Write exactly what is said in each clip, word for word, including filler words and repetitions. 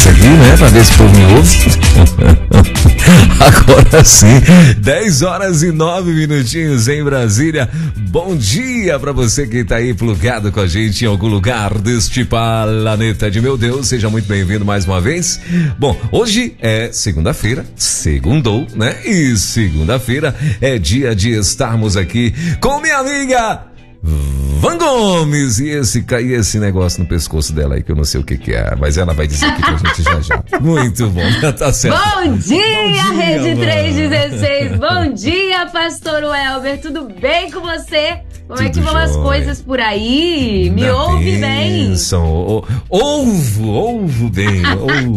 mais aqui, né? Pra ver se o povo me ouve. Agora sim, dez horas e nove minutinhos em Brasília. Bom dia pra você que tá aí plugado com a gente em algum lugar deste planeta de meu Deus. Seja muito bem-vindo mais uma vez. Bom, hoje é segunda-feira, segundou, né? E segunda-feira é dia de estarmos aqui com minha amiga Van Gomes, e esse, e esse negócio no pescoço dela aí, que eu não sei o que que é, mas ela vai dizer aqui pra gente já já. Muito bom, tá certo. Bom dia, bom dia Rede trezentos e dezesseis, bom dia, pastor Welber, tudo bem com você? Como Tudo é que vão jóia. As coisas por aí? Me Na ouve bênção. bem? O, ouvo, ouvo bem. Ouvo.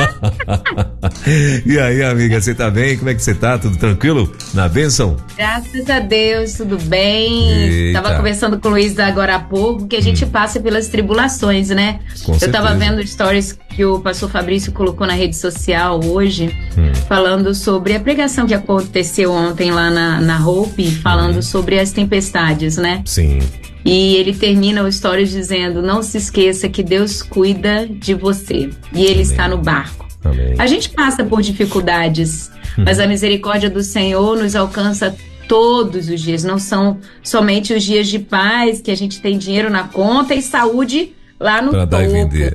E aí, amiga, você tá bem? Como é que você tá? Tudo tranquilo? Na bênção? Graças a Deus, tudo bem. Eita. Tava conversando com o Luiz agora há pouco, que a gente hum. passa pelas tribulações, né? Com Eu certeza. Tava vendo stories que o pastor Fabrício colocou na rede social hoje, hum. falando sobre a pregação que aconteceu ontem lá na, na Hope, falando hum. sobre as tempestades, né? Sim. E ele termina o stories dizendo: não se esqueça que Deus cuida de você e Ele Amém. Está no barco. Amém. A gente passa por dificuldades, hum. mas a misericórdia do Senhor nos alcança todos os dias. Não são somente os dias de paz, que a gente tem dinheiro na conta e saúde lá no pra topo. Dar e vender.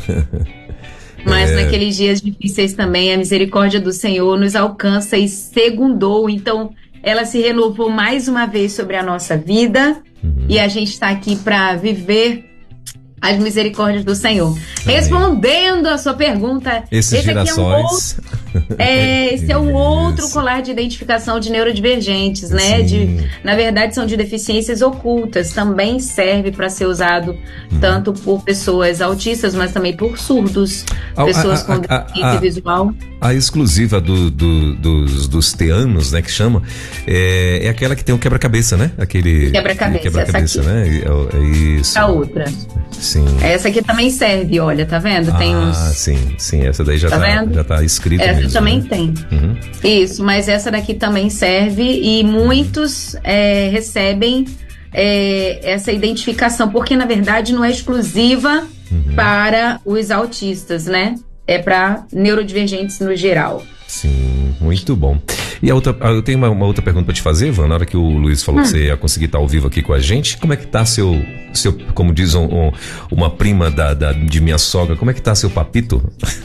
Mas é. naqueles dias difíceis também, a misericórdia do Senhor nos alcança e segundou. Então, ela se renovou mais uma vez sobre a nossa vida, uhum. e a gente está aqui para viver as misericórdias do Senhor. Amém. Respondendo a sua pergunta, esses esse girassóis. Aqui é um outro, é, esse é um outro colar de identificação de neurodivergentes, né? De, na verdade, são de deficiências ocultas. Também serve para ser usado hum. tanto por pessoas autistas, mas também por surdos, a, pessoas a, a, com deficiência visual. A exclusiva do, do, dos, dos teanos, né, que chama, é, é aquela que tem o quebra-cabeça, né? Aquele quebra-cabeça, quebra-cabeça, né? É, é isso. A outra. Sim. Essa aqui também serve, olha, tá vendo? Tem ah, uns... sim, sim, essa daí já tá, tá, já tá escrita Essa mesmo, também né? tem. Uhum. Isso, mas essa daqui também serve e muitos é, recebem é, essa identificação, porque na verdade não é exclusiva uhum. para os autistas, né? É para neurodivergentes no geral. Sim, muito bom. E a outra, eu tenho uma, uma outra pergunta para te fazer, Van. Na hora que o Luiz falou hum. que você ia conseguir estar ao vivo aqui com a gente, como é que tá seu, seu como diz um, um, uma prima da, da, de minha sogra, como é que tá seu papito?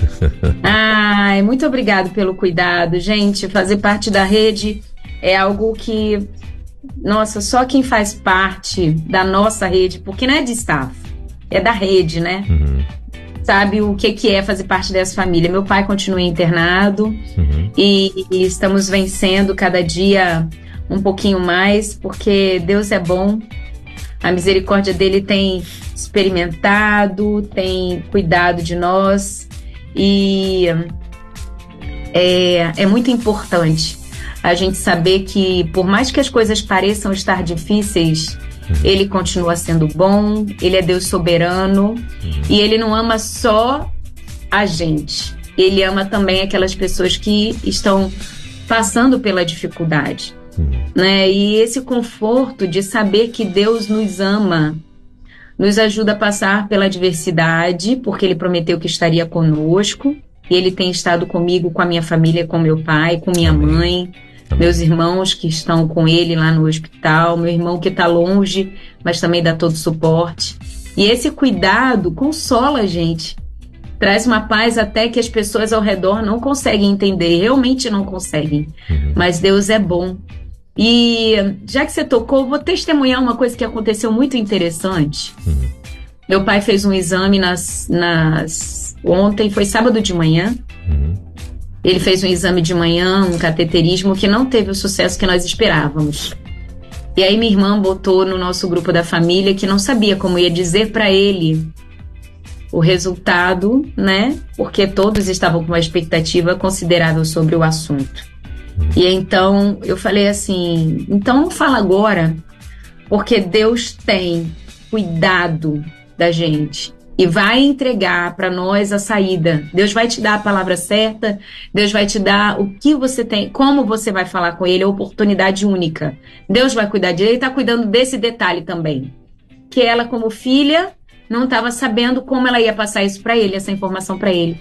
Ai, muito obrigado pelo cuidado, gente. Fazer parte da rede é algo que, nossa, só quem faz parte da nossa rede, porque não é de staff, é da rede, né? Uhum. Sabe o que, que é fazer parte dessa família. Meu pai continua internado uhum. e, e estamos vencendo cada dia um pouquinho mais, porque Deus é bom, a misericórdia dele tem experimentado, tem cuidado de nós e é, é muito importante a gente saber que, por mais que as coisas pareçam estar difíceis, Uhum. Ele continua sendo bom, Ele é Deus soberano uhum. e Ele não ama só a gente, Ele ama também aquelas pessoas que estão passando pela dificuldade, uhum. né? E esse conforto de saber que Deus nos ama nos ajuda a passar pela adversidade, porque Ele prometeu que estaria conosco e Ele tem estado comigo, com a minha família, com meu pai, com minha Amém. Mãe, meus irmãos que estão com ele lá no hospital, meu irmão que está longe, mas também dá todo suporte. E esse cuidado consola a gente, traz uma paz até que as pessoas ao redor não conseguem entender, realmente não conseguem. Uhum. Mas Deus é bom. E já que você tocou, vou testemunhar uma coisa que aconteceu muito interessante. Uhum. Meu pai fez um exame nas, nas... ontem, foi sábado de manhã. Uhum. Ele fez um exame de manhã, um cateterismo, que não teve o sucesso que nós esperávamos. E aí minha irmã botou no nosso grupo da família que não sabia como ia dizer para ele o resultado, né? Porque todos estavam com uma expectativa considerável sobre o assunto. E então eu falei assim, então não fala agora, porque Deus tem cuidado da gente. E vai entregar para nós a saída. Deus vai te dar a palavra certa, Deus vai te dar o que você tem, como você vai falar com ele, a oportunidade única. Deus vai cuidar de ele e está cuidando desse detalhe também. Que ela, como filha, não estava sabendo como ela ia passar isso para ele, essa informação para ele.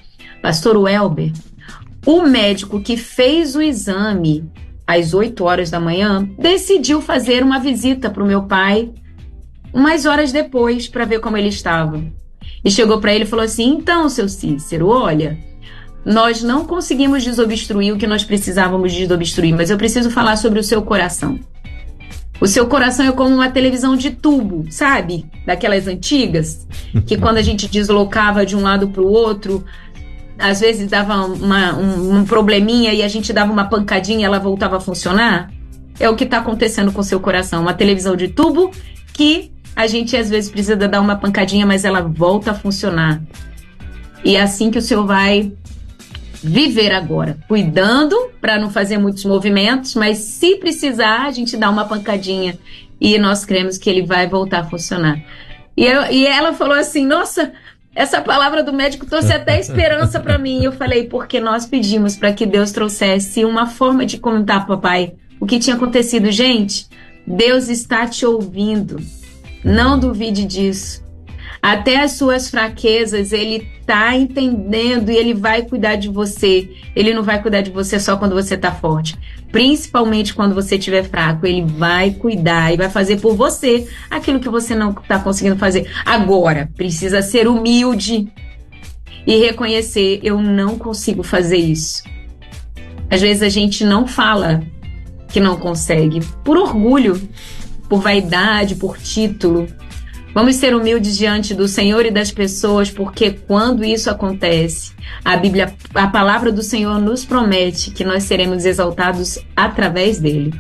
Pastor Welber, o médico que fez o exame às oito horas da manhã decidiu fazer uma visita para o meu pai umas horas depois para ver como ele estava. E chegou para ele e falou assim: então, seu Cícero, olha, nós não conseguimos desobstruir o que nós precisávamos desobstruir, mas eu preciso falar sobre o seu coração. O seu coração é como uma televisão de tubo, sabe? Daquelas antigas, que quando a gente deslocava de um lado para o outro, às vezes dava uma, um, um probleminha e a gente dava uma pancadinha e ela voltava a funcionar. É o que está acontecendo com o seu coração. Uma televisão de tubo que a gente às vezes precisa dar uma pancadinha, mas ela volta a funcionar. E é assim que o Senhor vai viver agora, cuidando para não fazer muitos movimentos, mas se precisar, a gente dá uma pancadinha e nós cremos que ele vai voltar a funcionar. E, eu, e ela falou assim: nossa, essa palavra do médico trouxe até esperança para mim. E eu falei: porque nós pedimos para que Deus trouxesse uma forma de contar, papai, o que tinha acontecido. Gente, Deus está te ouvindo, não duvide disso. Até as suas fraquezas, ele tá entendendo e ele vai cuidar de você. Ele não vai cuidar de você só quando você tá forte. Principalmente quando você estiver fraco, ele vai cuidar e vai fazer por você aquilo que você não tá conseguindo fazer. Agora, precisa ser humilde e reconhecer: eu não consigo fazer isso. Às vezes a gente não fala que não consegue, por orgulho, por vaidade, por título. Vamos ser humildes diante do Senhor e das pessoas, porque quando isso acontece, a Bíblia, a palavra do Senhor nos promete que nós seremos exaltados através dele.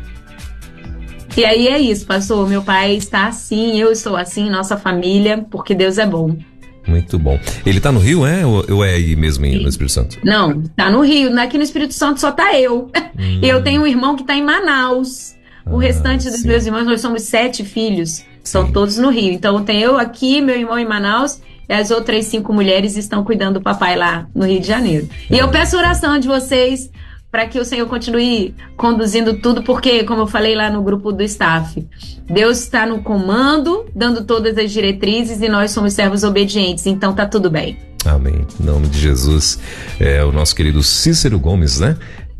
E aí é isso, pastor. Meu pai está assim, eu estou assim, nossa família, porque Deus é bom. Muito bom. Ele está no Rio, é? Ou é aí mesmo no Espírito Santo? Não, está no Rio. Aqui no Espírito Santo só está eu. Hum. E eu tenho um irmão que está em Manaus. O ah, restante dos sim. meus irmãos, nós somos sete filhos. São Sim. todos no Rio. Então tem eu aqui, meu irmão em Manaus, e as outras cinco mulheres estão cuidando do papai lá no Rio de Janeiro. E eu peço oração de vocês para que o Senhor continue conduzindo tudo, porque, como eu falei lá no grupo do staff, Deus está no comando, dando todas as diretrizes, e nós somos servos obedientes, então tá tudo bem. Amém. Em nome de Jesus. É o nosso querido Cícero Gomes, né?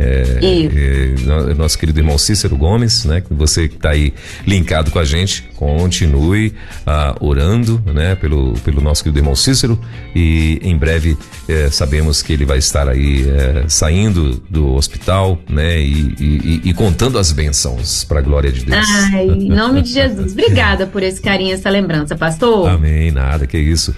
É, é, nosso querido irmão Cícero Gomes, né? Você que está aí linkado com a gente, continue uh, orando, né? Pelo, pelo nosso querido irmão Cícero, e em breve é, sabemos que ele vai estar aí é, saindo do hospital, né? E, e, e contando as bênçãos para a glória de Deus. Ai, em nome de Jesus. Obrigada por esse carinho, essa lembrança, pastor. Amém, nada, que isso.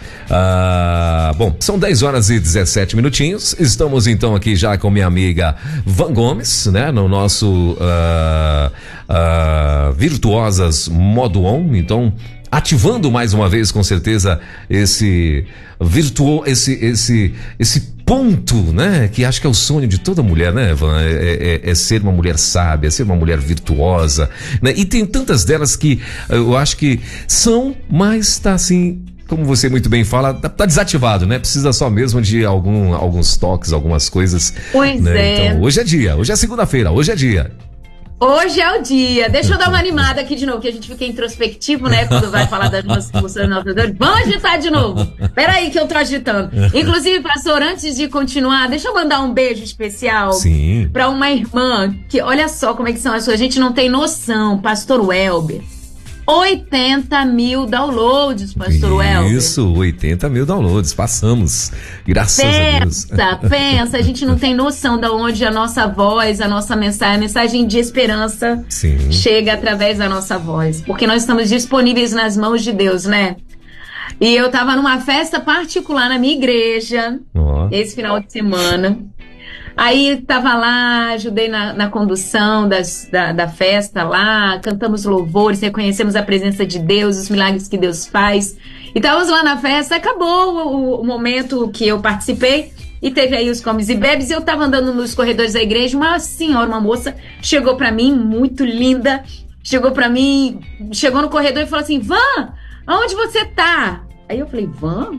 Ah, bom, são dez horas e dezessete minutinhos. Estamos então aqui já com minha amiga Van Gomes, né, no nosso uh, uh, Virtuosas Modo On. Então, ativando mais uma vez, com certeza, esse virtuo, esse, esse, esse ponto, né, que acho que é o sonho de toda mulher, né, Van? É, é, é ser uma mulher sábia, ser uma mulher virtuosa, né? E tem tantas delas que eu acho que são, mas tá assim, como você muito bem fala, tá, tá desativado, né? Precisa só mesmo de algum, alguns toques, algumas coisas. Pois né? é. Então, hoje é dia, hoje é segunda-feira, hoje é dia. Hoje é o dia. Deixa eu dar uma animada aqui de novo, que a gente fica introspectivo, né? Quando vai falar das nossas emoções. Vamos agitar de novo. Peraí que eu tô agitando. Inclusive, pastor, antes de continuar, deixa eu mandar um beijo especial Sim. para uma irmã que, olha só como é que são as coisas. A gente não tem noção, pastor Welber. oitenta mil downloads, pastor Welber. Isso, oitenta mil downloads, passamos, graças pensa, a Deus. Pensa, pensa, a gente não tem noção de onde a nossa voz, a nossa mensagem, a mensagem de esperança Sim. chega através da nossa voz, porque nós estamos disponíveis nas mãos de Deus, né? E eu tava numa festa particular na minha igreja, oh. esse final de semana. Aí tava lá, ajudei na, na condução das, da, da festa lá, cantamos louvores, reconhecemos a presença de Deus, os milagres que Deus faz. E estávamos lá na festa, acabou o, o momento que eu participei e teve aí os comes e bebes. E eu tava andando nos corredores da igreja, uma senhora, uma moça, chegou pra mim, muito linda, chegou pra mim, chegou no corredor e falou assim: Van, aonde você tá? Aí eu falei: Van?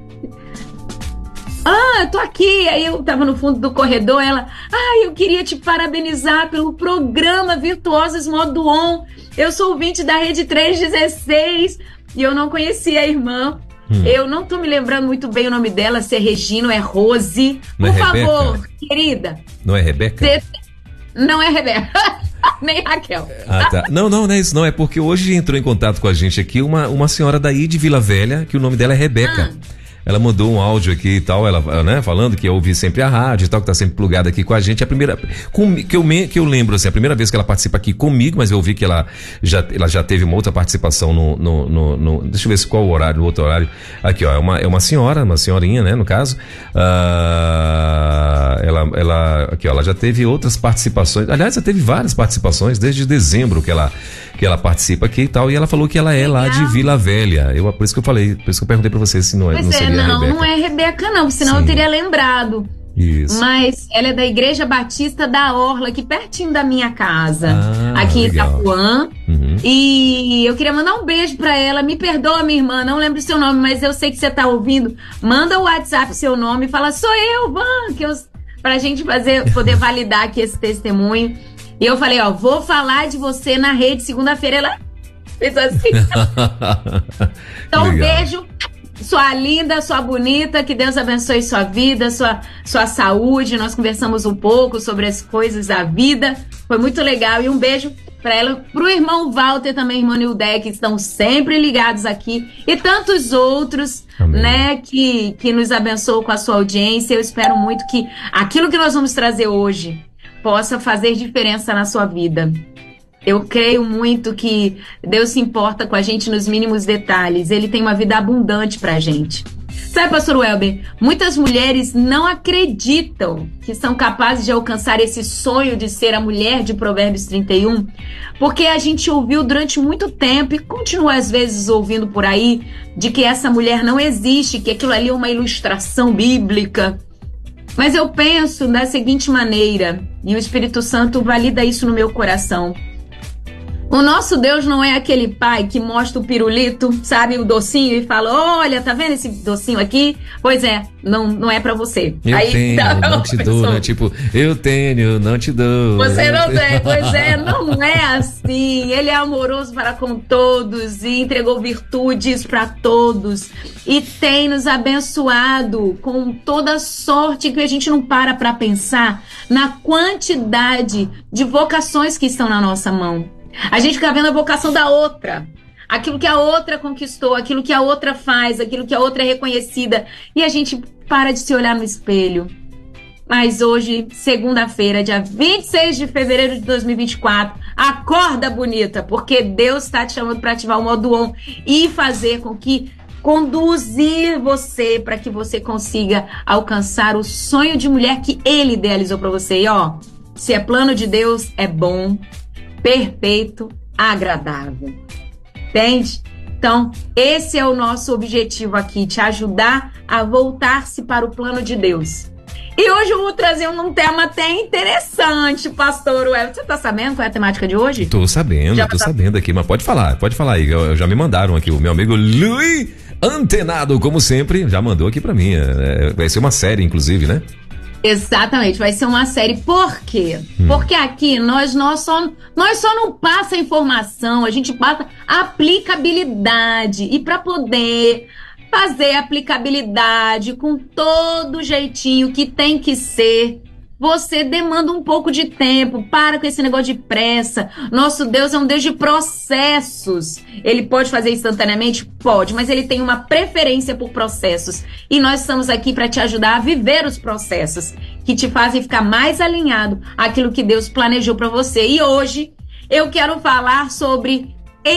Ah, eu tô aqui. Aí eu tava no fundo do corredor, ela, ah, eu queria te parabenizar pelo programa Virtuosas Modo On. Eu sou ouvinte da Rede trezentos e dezesseis e eu não conhecia a irmã. Hum. Eu não tô me lembrando muito bem o nome dela, se é Regina ou é Rose. Não Por é favor, Rebeca? Querida. Não é Rebeca? Cê... Não é Rebeca. Nem Raquel. Ah, tá. Não, não, não é isso. Não, é porque hoje entrou em contato com a gente aqui uma, uma senhora daí de Vila Velha, que o nome dela é Rebeca. Ah. Ela mandou um áudio aqui e tal, ela, né, falando que ouve sempre a rádio e tal, que tá sempre plugada aqui com a gente. A primeira, com, que, eu me, que eu lembro, assim, a primeira vez que ela participa aqui comigo, mas eu vi que ela já, ela já teve uma outra participação no, no, no, no deixa eu ver se qual o horário, o outro horário. Aqui, ó, é uma, é uma senhora, uma senhorinha, né, no caso. Uh, ela, ela, aqui, ó, ela já teve outras participações, aliás, já teve várias participações, desde dezembro que ela, que ela participa aqui e tal, e ela falou que ela é lá de Vila Velha. Eu, por isso que eu falei, por isso que eu perguntei pra você se não é, não seria Não, Rebeca. não é Rebeca não, senão Sim. eu teria lembrado. Isso. Mas ela é da Igreja Batista da Orla, aqui pertinho da minha casa, ah, aqui legal. em Itapuã. Uhum. E eu queria mandar um beijo pra ela. Me perdoa, minha irmã, não lembro o seu nome, mas eu sei que você tá ouvindo. Manda o WhatsApp seu nome e fala, sou eu, Van, que eu, pra gente fazer, poder validar aqui esse testemunho. E eu falei, ó, vou falar de você na rede segunda-feira. Ela fez assim. Então, um beijo. Sua linda, sua bonita, que Deus abençoe sua vida, sua, sua saúde. Nós conversamos um pouco sobre as coisas da vida. Foi muito legal. E um beijo para ela, pro irmão Walter também, irmão Nildé, que estão sempre ligados aqui. E tantos outros, Amém. né, que, que nos abençoam com a sua audiência. Eu espero muito que aquilo que nós vamos trazer hoje possa fazer diferença na sua vida. Eu creio muito que Deus se importa com a gente nos mínimos detalhes. Ele tem uma vida abundante pra gente. Sabe, pastor Welber, muitas mulheres não acreditam que são capazes de alcançar esse sonho de ser a mulher de Provérbios trinta e um, porque a gente ouviu durante muito tempo e continua às vezes ouvindo por aí de que essa mulher não existe, que aquilo ali é uma ilustração bíblica. Mas eu penso da seguinte maneira, e o Espírito Santo valida isso no meu coração. O nosso Deus não é aquele pai que mostra o pirulito, sabe, o docinho e fala, olha, tá vendo esse docinho aqui? Pois é, não, não é pra você. Eu Aí, tenho, tá, não te dou, né? Tipo, eu tenho, não te dou. Você não tem, pois é, não é assim. Ele é amoroso para com todos e entregou virtudes para todos. E tem nos abençoado com toda sorte que a gente não para pra pensar na quantidade de vocações que estão na nossa mão. A gente fica vendo a vocação da outra, aquilo que a outra conquistou, aquilo que a outra faz, aquilo que a outra é reconhecida, e a gente para de se olhar no espelho. Mas hoje, segunda-feira, dia vinte e seis de fevereiro de dois mil e vinte e quatro, acorda, bonita, porque Deus está te chamando para ativar o modo on e fazer com que conduzir você para que você consiga alcançar o sonho de mulher que Ele idealizou para você. E ó, se é plano de Deus, é bom, perfeito, agradável. Entende? Então, esse é o nosso objetivo aqui, te ajudar a voltar-se para o plano de Deus. E hoje eu vou trazer um tema até interessante, pastor Welber. Você tá sabendo qual é a temática de hoje? Tô sabendo, já tô tá... sabendo aqui, mas pode falar, pode falar aí. Eu, já me mandaram aqui, o meu amigo Luiz Antenado, como sempre, já mandou aqui pra mim. É, vai ser uma série, inclusive, né? Exatamente, vai ser uma série. Por quê? Hum. Porque aqui nós, nós, só, nós só não passa informação, a gente passa aplicabilidade. E para poder fazer aplicabilidade com todo jeitinho que tem que ser, você demanda um pouco de tempo. Para com esse negócio de pressa. Nosso Deus é um Deus de processos. Ele pode fazer instantaneamente? Pode, mas ele tem uma preferência por processos. E nós estamos aqui para te ajudar a viver os processos que te fazem ficar mais alinhado àquilo que Deus planejou para você. E hoje eu quero falar sobre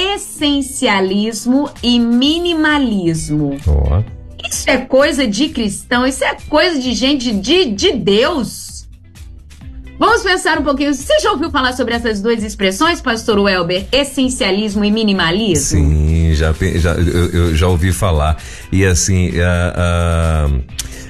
essencialismo e minimalismo. Oh. Isso é coisa de cristão? Isso é coisa de gente de, de Deus? Vamos pensar um pouquinho. Você já ouviu falar sobre essas duas expressões, pastor Welber? Essencialismo e minimalismo? Sim, já, já, eu, eu já ouvi falar. E assim, uh, uh,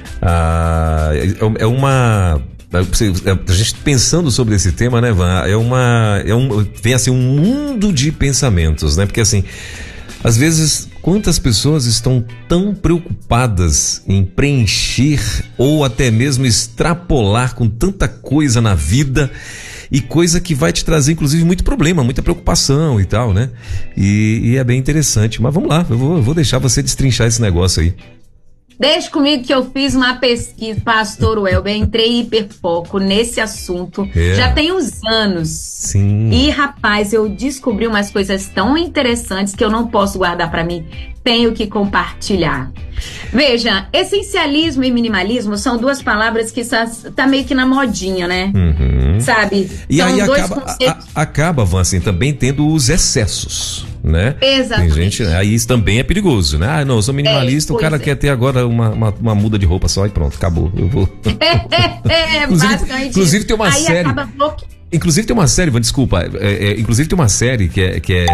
uh, é uma... A gente pensando sobre esse tema, né, Van? É uma... É um, vem assim um mundo de pensamentos, né? Porque assim, às vezes... Quantas pessoas estão tão preocupadas em preencher ou até mesmo extrapolar com tanta coisa na vida e coisa que vai te trazer, inclusive, muito problema, muita preocupação e tal, né? E, e é bem interessante. Mas vamos lá, eu vou, eu vou deixar você destrinchar esse negócio aí. Deixa comigo que eu fiz uma pesquisa, Pastor Welber, entrei em hiperfoco nesse assunto, é. já tem uns anos. Sim. E, rapaz, eu descobri umas coisas tão interessantes que eu não posso guardar pra mim, tenho que compartilhar. Veja, essencialismo e minimalismo são duas palavras que tá, tá meio que na modinha, né? Uhum. Sabe? E são aí dois acaba, conceitos... a, acaba, Van, assim, também tendo os excessos, né? Exatamente. Tem gente, aí isso também é perigoso, né? Ah, não, eu sou minimalista, é, o cara é. quer ter agora uma, uma, uma muda de roupa só e pronto, acabou, eu vou. É, é, inclusive, basicamente. Inclusive tem uma aí série... Acaba bloque... Inclusive tem uma série, desculpa, é, é, inclusive tem uma série que é, que é,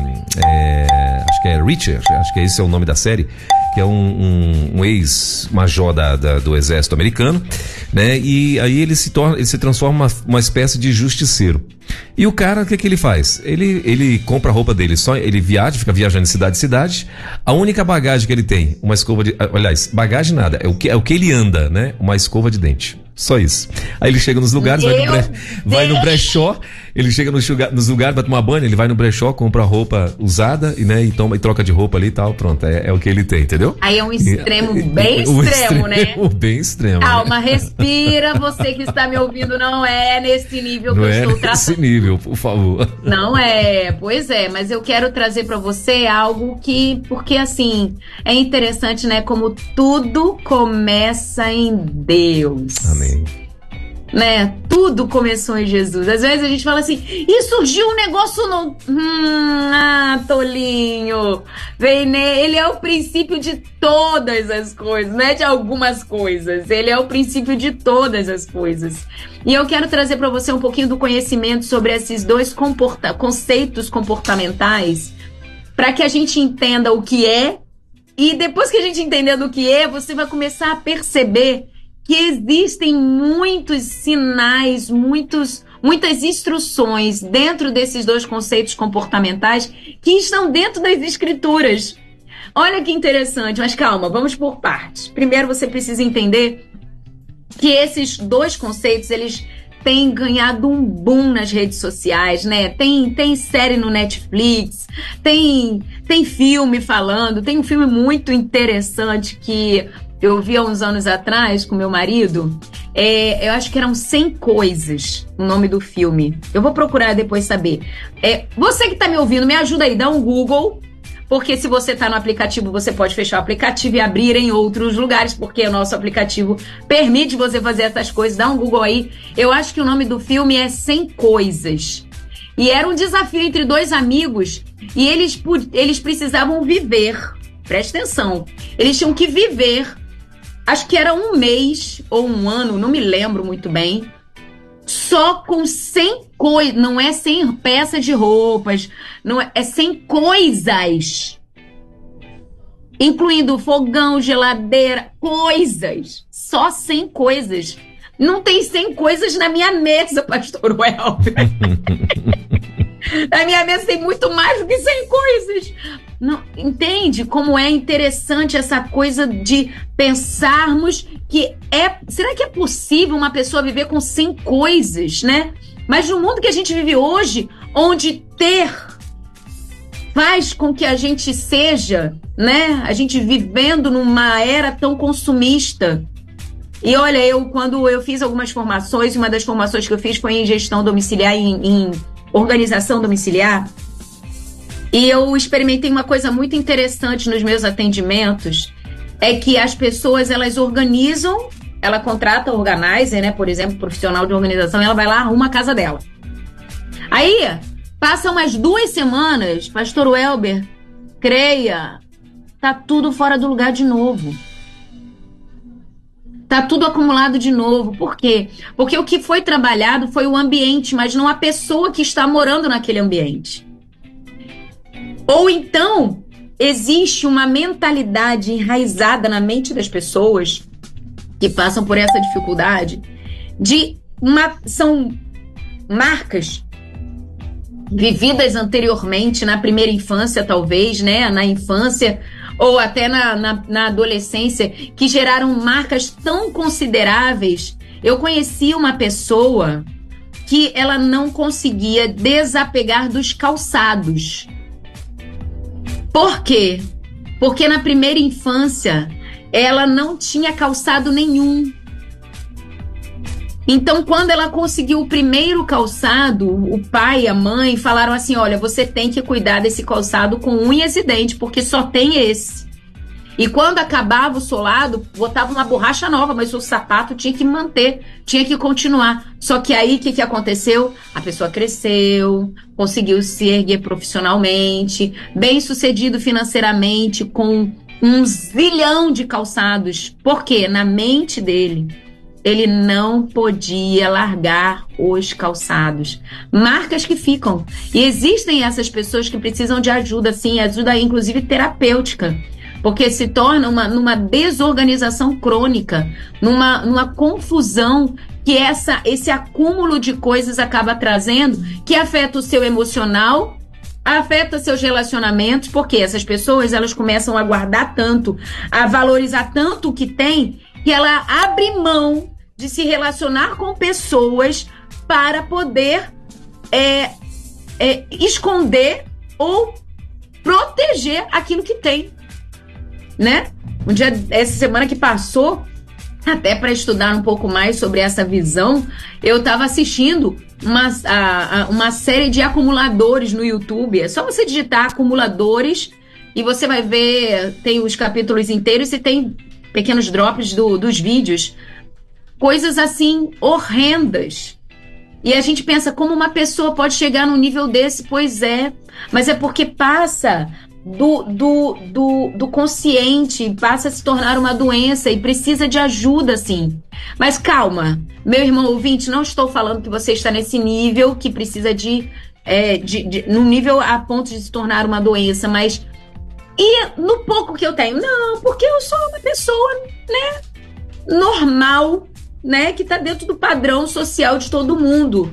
é acho que é Richard, acho que esse é o nome da série, que é um, um, um ex-major da, da, do exército americano, né? E aí ele se torna, ele se transforma uma, uma espécie de justiceiro. E o cara, o que que ele faz? Ele, ele compra a roupa dele, só ele viaja, fica viajando de cidade em cidade. A única bagagem que ele tem, uma escova de, aliás, bagagem nada, é o que, é o que ele anda, né? Uma escova de dente. Só isso. Aí ele chega nos lugares, vai no, bre... vai no brechó, ele chega nos, nos lugares, vai tomar banho, ele vai no brechó, compra roupa usada e, né, e, toma, e troca de roupa ali e tal, pronto, é, é o que ele tem, entendeu? Aí é um extremo e, bem extremo, extremo, né? Bem extremo. Calma, né? Respira, você que está me ouvindo, não é nesse nível que não eu é estou tratando. Nesse nível, por favor. Não é, pois é, mas eu quero trazer para você algo que, porque assim, é interessante, né, como tudo começa em Deus. Amém. Né? Tudo começou em Jesus. Às vezes a gente fala assim, e surgiu um negócio novo. Hum, ah, tolinho. Vem, né? Ele é o princípio de todas as coisas, não é de algumas coisas. Ele é o princípio de todas as coisas. E eu quero trazer para você um pouquinho do conhecimento sobre esses dois comporta- conceitos comportamentais, para que a gente entenda o que é, e depois que a gente entender o que é, você vai começar a perceber que existem muitos sinais, muitos, muitas instruções dentro desses dois conceitos comportamentais que estão dentro das escrituras. Olha que interessante, mas calma, vamos por partes. Primeiro você precisa entender que esses dois conceitos, eles têm ganhado um boom nas redes sociais, né? Tem, tem série no Netflix, tem, tem filme falando, tem um filme muito interessante que eu vi há uns anos atrás com meu marido, é, eu acho que eram cem coisas, o nome do filme. Eu vou procurar depois saber. É, você que tá me ouvindo, me ajuda aí, dá um Google, porque se você tá no aplicativo, você pode fechar o aplicativo e abrir em outros lugares, porque o nosso aplicativo permite você fazer essas coisas. Dá um Google aí. Eu acho que o nome do filme é cem coisas. E era um desafio entre dois amigos, e eles, eles precisavam viver. Preste atenção. Eles tinham que viver. Acho que era um mês ou um ano, não me lembro muito bem, só com cem coisas, não é cem peças de roupas, não é, é cem coisas, incluindo fogão, geladeira, coisas, só cem coisas. Não tem cem coisas na minha mesa, Pastor Welber. Na minha mesa tem muito mais do que cem coisas. Não, entende como é interessante essa coisa de pensarmos que é... Será que é possível uma pessoa viver com cem coisas, né? Mas no mundo que a gente vive hoje, onde ter faz com que a gente seja, né? A gente vivendo numa era tão consumista. E olha, eu quando eu fiz algumas formações, uma das formações que eu fiz foi em gestão domiciliar, em, em organização domiciliar. E eu experimentei uma coisa muito interessante nos meus atendimentos, é que as pessoas, elas organizam, ela contrata organizer, né, por exemplo, profissional de organização, e ela vai lá, arruma a casa dela. Aí, passa umas duas semanas, Pastor Welber, creia, tá tudo fora do lugar de novo. Tá tudo acumulado de novo. Por quê? Porque o que foi trabalhado foi o ambiente, mas não a pessoa que está morando naquele ambiente. Ou então, existe uma mentalidade enraizada na mente das pessoas que passam por essa dificuldade de uma, são marcas vividas anteriormente, na primeira infância, talvez, né? Na infância ou até na, na, na adolescência, que geraram marcas tão consideráveis. Eu conheci uma pessoa que ela não conseguia desapegar dos calçados. Por quê? Porque na primeira infância ela não tinha calçado nenhum. Então, quando ela conseguiu o primeiro calçado, o pai e a mãe falaram assim: olha, você tem que cuidar desse calçado com unhas e dentes, porque só tem esse. E quando acabava o solado, botava uma borracha nova, mas o sapato tinha que manter, tinha que continuar. Só que aí, o que, que aconteceu? A pessoa cresceu, conseguiu se erguer profissionalmente, bem sucedido financeiramente, com um zilhão de calçados. Por quê? Na mente dele, ele não podia largar os calçados. Marcas que ficam. E existem essas pessoas que precisam de ajuda, sim, ajuda inclusive terapêutica. Porque se torna uma, numa desorganização crônica, numa, numa confusão que essa, esse acúmulo de coisas acaba trazendo, que afeta o seu emocional, afeta seus relacionamentos, porque essas pessoas elas começam a guardar tanto, a valorizar tanto o que tem, que ela abre mão de se relacionar com pessoas para poder é, é, esconder ou proteger aquilo que tem. Né? Um dia, essa semana que passou, até para estudar um pouco mais sobre essa visão, eu estava assistindo uma, a, a, uma série de acumuladores no YouTube. É só você digitar acumuladores e você vai ver, tem os capítulos inteiros e tem pequenos drops do, dos vídeos. Coisas assim horrendas. E a gente pensa, como uma pessoa pode chegar num nível desse? Pois é, mas é porque passa do, do, do, do consciente, passa a se tornar uma doença e precisa de ajuda, sim. Mas calma, meu irmão ouvinte, não estou falando que você está nesse nível que precisa de, é, de, de num nível a ponto de se tornar uma doença, mas e no pouco que eu tenho? Não, porque eu sou uma pessoa, né, normal, né, que está dentro do padrão social de todo mundo.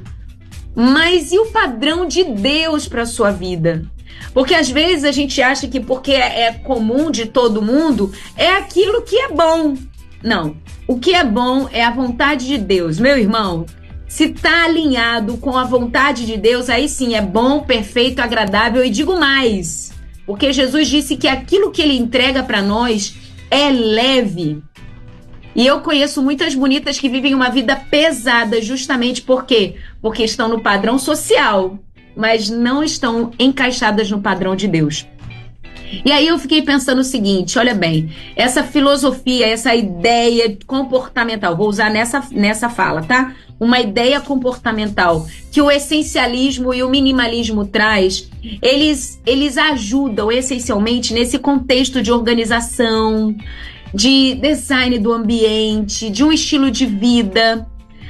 Mas e o padrão de Deus para a sua vida? Porque às vezes a gente acha que porque é comum de todo mundo, é aquilo que é bom. Não, o que é bom é a vontade de Deus. Meu irmão, se está alinhado com a vontade de Deus, aí sim é bom, perfeito, agradável. E digo mais, porque Jesus disse que aquilo que ele entrega para nós é leve. E eu conheço muitas bonitas que vivem uma vida pesada justamente por quê? Porque estão no padrão social, mas não estão encaixadas no padrão de Deus. E aí eu fiquei pensando o seguinte, olha bem, essa filosofia, essa ideia comportamental, vou usar nessa, nessa fala, tá? Uma ideia comportamental que o essencialismo e o minimalismo traz, eles, eles ajudam essencialmente nesse contexto de organização, de design do ambiente, de um estilo de vida.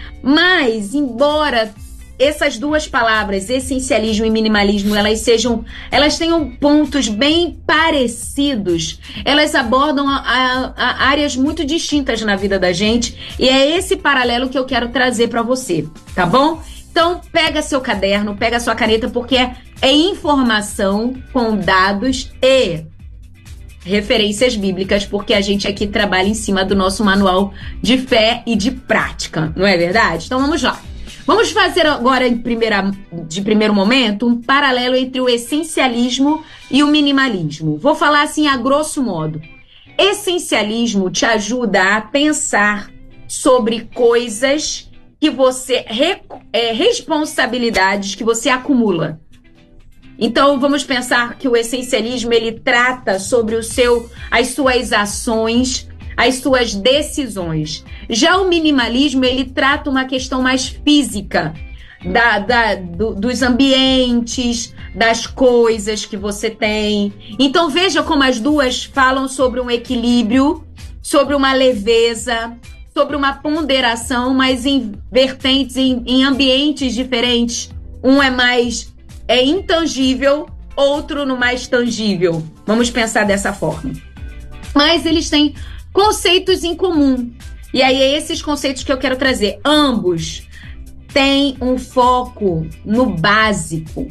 Mas, embora essas duas palavras, essencialismo e minimalismo, elas sejam, elas tenham pontos bem parecidos, elas abordam a, a, a áreas muito distintas na vida da gente, e é esse paralelo que eu quero trazer para você, tá bom? Então, pega seu caderno, pega sua caneta, porque é, é informação com dados e referências bíblicas, porque a gente aqui trabalha em cima do nosso manual de fé e de prática, não é verdade? Então vamos lá. Vamos fazer agora, em primeira, de primeiro momento, um paralelo entre o essencialismo e o minimalismo. Vou falar assim a grosso modo. Essencialismo te ajuda a pensar sobre coisas que você, é, responsabilidades que você acumula. Então, vamos pensar que o essencialismo, ele trata sobre o seu, as suas ações, as suas decisões. Já o minimalismo, ele trata uma questão mais física, da, da, do, dos ambientes, das coisas que você tem. Então, veja como as duas falam sobre um equilíbrio, sobre uma leveza, sobre uma ponderação, mas em vertentes, em, em ambientes diferentes. Um é mais é intangível, outro no mais tangível. Vamos pensar dessa forma. Mas eles têm conceitos em comum. E aí é esses conceitos que eu quero trazer. Ambos têm um foco no básico.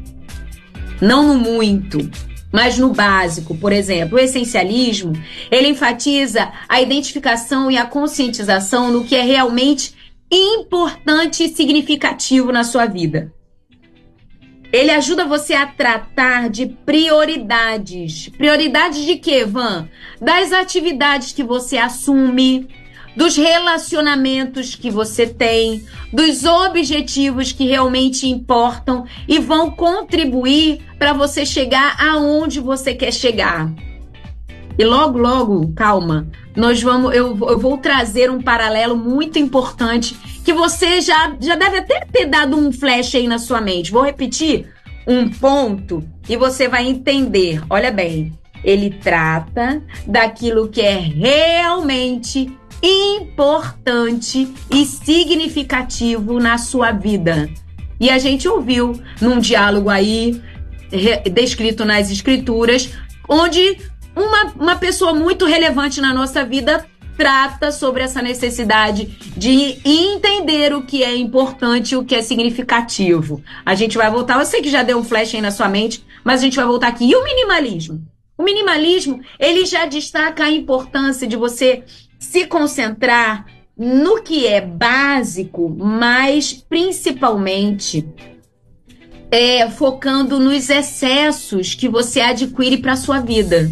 Não no muito, mas no básico. Por exemplo, o essencialismo, ele enfatiza a identificação e a conscientização no que é realmente importante e significativo na sua vida. Ele ajuda você a tratar de prioridades. Prioridades de quê, Van? Das atividades que você assume, dos relacionamentos que você tem, dos objetivos que realmente importam e vão contribuir para você chegar aonde você quer chegar. E logo, logo, calma, nós vamos, eu, eu vou trazer um paralelo muito importante que você já, já deve até ter dado um flash aí na sua mente. Vou repetir um ponto e você vai entender. Olha bem, ele trata daquilo que é realmente importante e significativo na sua vida. E a gente ouviu num diálogo aí, descrito nas escrituras, onde uma, uma pessoa muito relevante na nossa vida trata sobre essa necessidade de entender o que é importante e o que é significativo. A gente vai voltar, eu sei que já deu um flash aí na sua mente, mas a gente vai voltar aqui. E o minimalismo? O minimalismo, ele já destaca a importância de você se concentrar no que é básico, mas principalmente é, focando nos excessos que você adquire para a sua vida.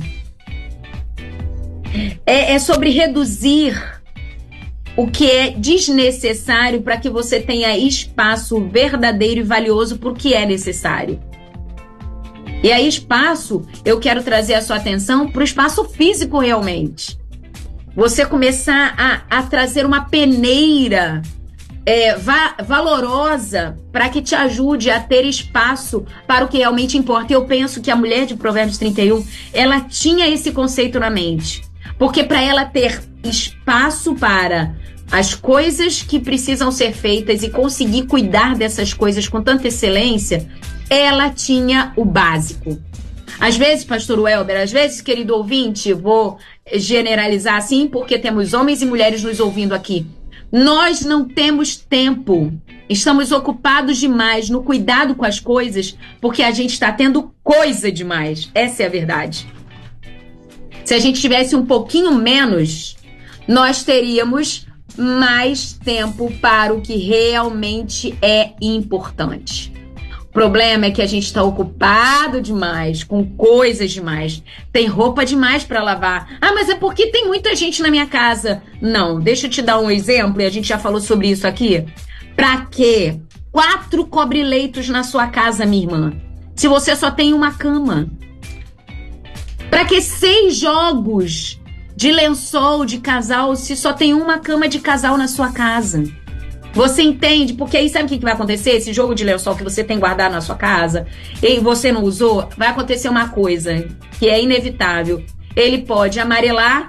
É, é sobre reduzir o que é desnecessário para que você tenha espaço verdadeiro e valioso para o que é necessário. E aí, espaço, eu quero trazer a sua atenção para o espaço físico realmente. Você começar a, a trazer uma peneira é, va- valorosa para que te ajude a ter espaço para o que realmente importa. Eu penso que a mulher de Provérbios trinta e um, ela tinha esse conceito na mente. Porque para ela ter espaço para as coisas que precisam ser feitas e conseguir cuidar dessas coisas com tanta excelência, ela tinha o básico. Às vezes, pastor Welber, às vezes, querido ouvinte, vou generalizar assim, porque temos homens e mulheres nos ouvindo aqui. Nós não temos tempo. Estamos ocupados demais no cuidado com as coisas, porque a gente está tendo coisa demais. Essa é a verdade. Se a gente tivesse um pouquinho menos, nós teríamos mais tempo para o que realmente é importante. O problema é que a gente está ocupado demais, com coisas demais. Tem roupa demais para lavar. Ah, mas é porque tem muita gente na minha casa. Não, deixa eu te dar um exemplo, e a gente já falou sobre isso aqui. Para quê? Quatro cobre-leitos na sua casa, minha irmã, se você só tem uma cama? Para que seis jogos de lençol de casal se só tem uma cama de casal na sua casa? Você entende? Porque aí sabe o que vai acontecer? Esse jogo de lençol que você tem guardado na sua casa e você não usou, vai acontecer uma coisa que é inevitável. Ele pode amarelar,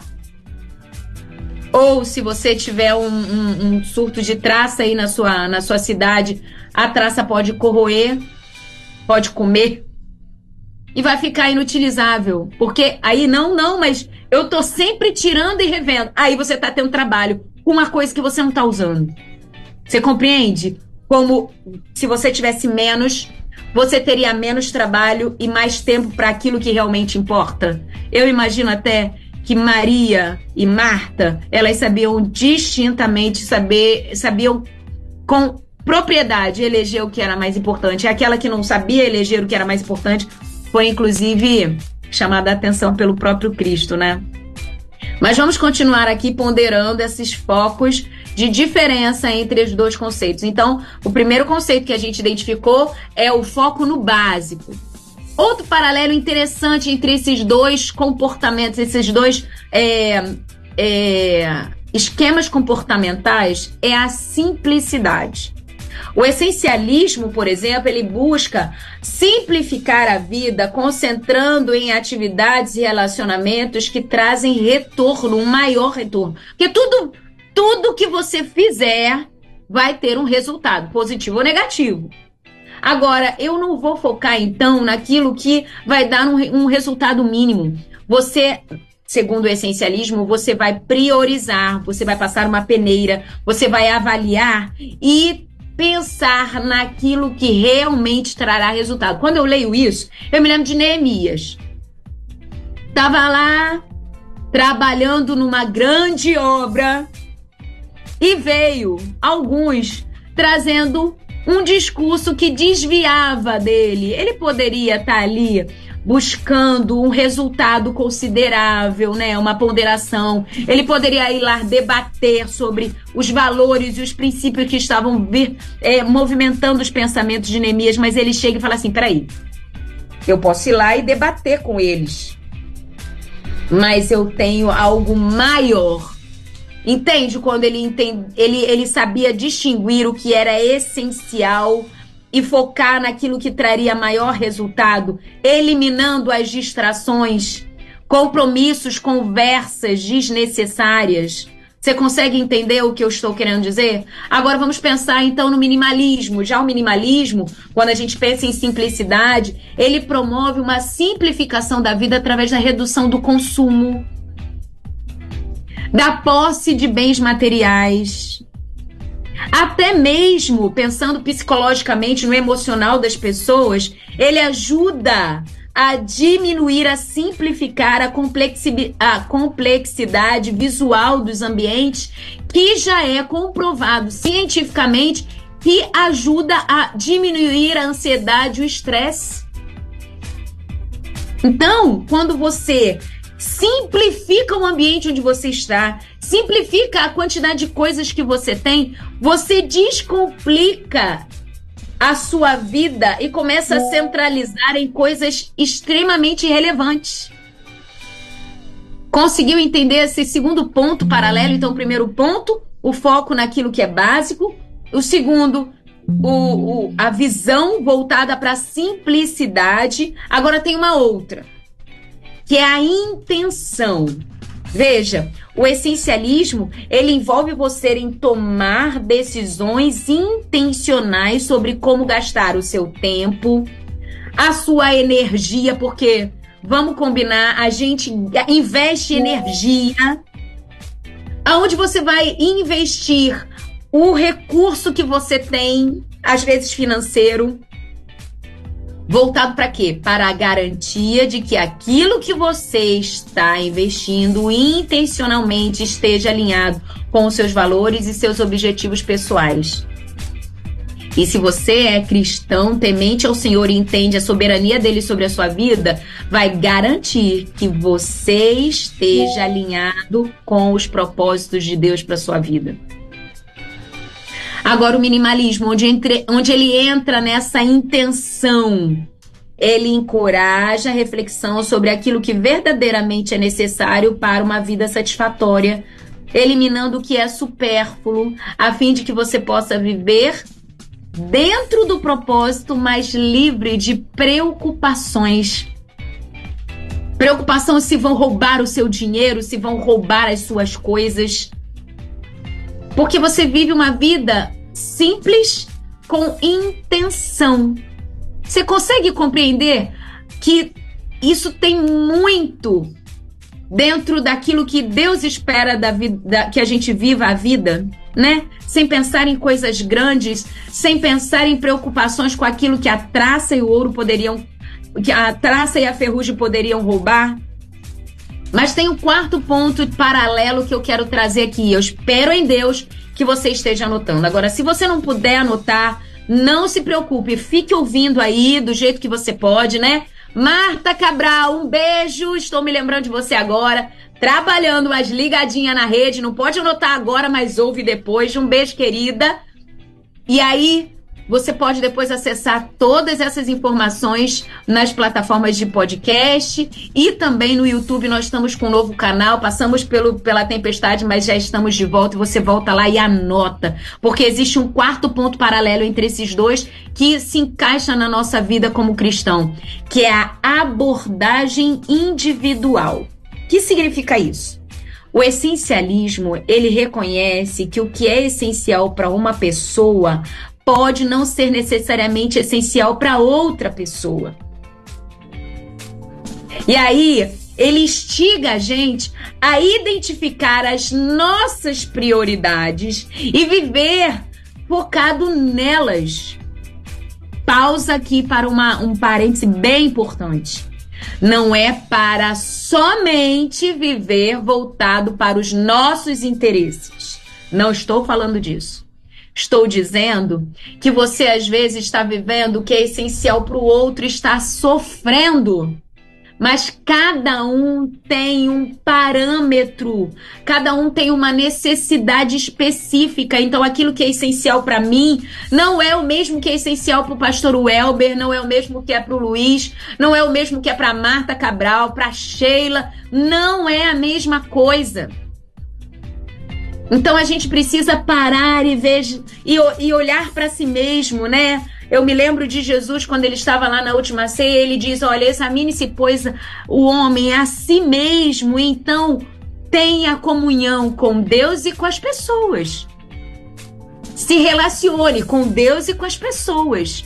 ou se você tiver um, um, um surto de traça aí na sua, na sua cidade, a traça pode corroer, pode comer e vai ficar inutilizável. Porque aí não, não, mas eu tô sempre tirando e revendo. Aí você tá tendo trabalho com uma coisa que você não tá usando. Você compreende? Como se você tivesse menos, você teria menos trabalho e mais tempo para aquilo que realmente importa. Eu imagino até que Maria e Marta, elas sabiam distintamente, saber, sabiam com propriedade eleger o que era mais importante. Aquela que não sabia eleger o que era mais importante foi, inclusive, chamada a atenção pelo próprio Cristo, né? Mas vamos continuar aqui ponderando esses focos de diferença entre os dois conceitos. Então, o primeiro conceito que a gente identificou é o foco no básico. Outro paralelo interessante entre esses dois comportamentos, esses dois é, é, esquemas comportamentais é a simplicidade. O essencialismo, por exemplo, ele busca simplificar a vida, concentrando em atividades e relacionamentos que trazem retorno, um maior retorno. Porque tudo, tudo que você fizer vai ter um resultado, positivo ou negativo. Agora, eu não vou focar, então, naquilo que vai dar um, um resultado mínimo. Você, segundo o essencialismo, você vai priorizar, você vai passar uma peneira, você vai avaliar e pensar naquilo que realmente trará resultado. Quando eu leio isso, eu me lembro de Neemias. Estava lá, trabalhando numa grande obra, E veio alguns trazendo um discurso que desviava dele. Ele poderia estar ali buscando um resultado considerável, né? Uma ponderação. Ele poderia ir lá debater sobre os valores e os princípios que estavam vir, é, movimentando os pensamentos de Neemias, mas ele chega e fala assim, peraí, eu posso ir lá e debater com eles, mas eu tenho algo maior. Entende? Quando ele, entende, ele, ele sabia distinguir o que era essencial e focar naquilo que traria maior resultado, eliminando as distrações, compromissos, conversas desnecessárias. Você consegue entender o que eu estou querendo dizer? Agora vamos pensar então no minimalismo. Já o minimalismo, quando a gente pensa em simplicidade, ele promove uma simplificação da vida através da redução do consumo, da posse de bens materiais. Até mesmo, pensando psicologicamente no emocional das pessoas, ele ajuda a diminuir, a simplificar a, complexi- a complexidade visual dos ambientes, que já é comprovado cientificamente que ajuda a diminuir a ansiedade e o estresse. Então, quando você simplifica o ambiente onde você está, simplifica a quantidade de coisas que você tem, você descomplica a sua vida e começa a centralizar em coisas extremamente relevantes. Conseguiu entender esse segundo ponto paralelo? Então, o primeiro ponto, o foco naquilo que é básico. O segundo, o, o, a visão voltada para a simplicidade. Agora tem uma outra, que é a intenção. Veja, o essencialismo, ele envolve você em tomar decisões intencionais sobre como gastar o seu tempo, a sua energia, porque, vamos combinar, a gente investe energia. Aonde você vai investir o recurso que você tem, às vezes financeiro, voltado para quê? Para a garantia de que aquilo que você está investindo intencionalmente esteja alinhado com os seus valores e seus objetivos pessoais. E se você é cristão, temente ao Senhor e entende a soberania dele sobre a sua vida, vai garantir que você esteja alinhado com os propósitos de Deus para sua vida. Agora, o minimalismo, onde, entre, onde ele entra nessa intenção, ele encoraja a reflexão sobre aquilo que verdadeiramente é necessário para uma vida satisfatória, eliminando o que é supérfluo, a fim de que você possa viver dentro do propósito, mas livre de preocupações. Preocupação se vão roubar o seu dinheiro, se vão roubar as suas coisas. Porque você vive uma vida simples com intenção. Você consegue compreender que isso tem muito dentro daquilo que Deus espera da vida, que a gente viva a vida, né? Sem pensar em coisas grandes, sem pensar em preocupações com aquilo que a traça e o ouro poderiam, que a traça e a ferrugem poderiam roubar. Mas tem um quarto ponto paralelo que eu quero trazer aqui. Eu espero em Deus que você esteja anotando. Agora, se você não puder anotar, não se preocupe. Fique ouvindo aí do jeito que você pode, né? Marta Cabral, um beijo. Estou me lembrando de você agora. Trabalhando, mas ligadinha na rede. Não pode anotar agora, mas ouve depois. Um beijo, querida. E aí, você pode depois acessar todas essas informações nas plataformas de podcast e também no YouTube. Nós estamos com um novo canal, passamos pelo, pela tempestade, mas já estamos de volta e você volta lá e anota, porque existe um quarto ponto paralelo entre esses dois que se encaixa na nossa vida como cristão, que é a abordagem individual. O que significa isso? O essencialismo, ele reconhece que o que é essencial para uma pessoa pode não ser necessariamente essencial para outra pessoa. E aí, ele instiga a gente a identificar as nossas prioridades e viver focado nelas. Pausa aqui para uma, um parêntese bem importante. Não é para somente viver voltado para os nossos interesses. Não estou falando disso. Estou dizendo que você às vezes está vivendo o que é essencial para o outro, está sofrendo. Mas cada um tem um parâmetro, cada um tem uma necessidade específica. Então, aquilo que é essencial para mim não é o mesmo que é essencial para o pastor Welber, não é o mesmo que é para o Luiz, não é o mesmo que é para Marta Cabral, para Sheila. Não é a mesma coisa. Então, a gente precisa parar e, ver, e, e olhar para si mesmo, né? Eu me lembro de Jesus, quando ele estava lá na última ceia, ele diz, olha, examine-se, pois, o homem a si mesmo, então tenha comunhão com Deus e com as pessoas. Se relacione com Deus e com as pessoas.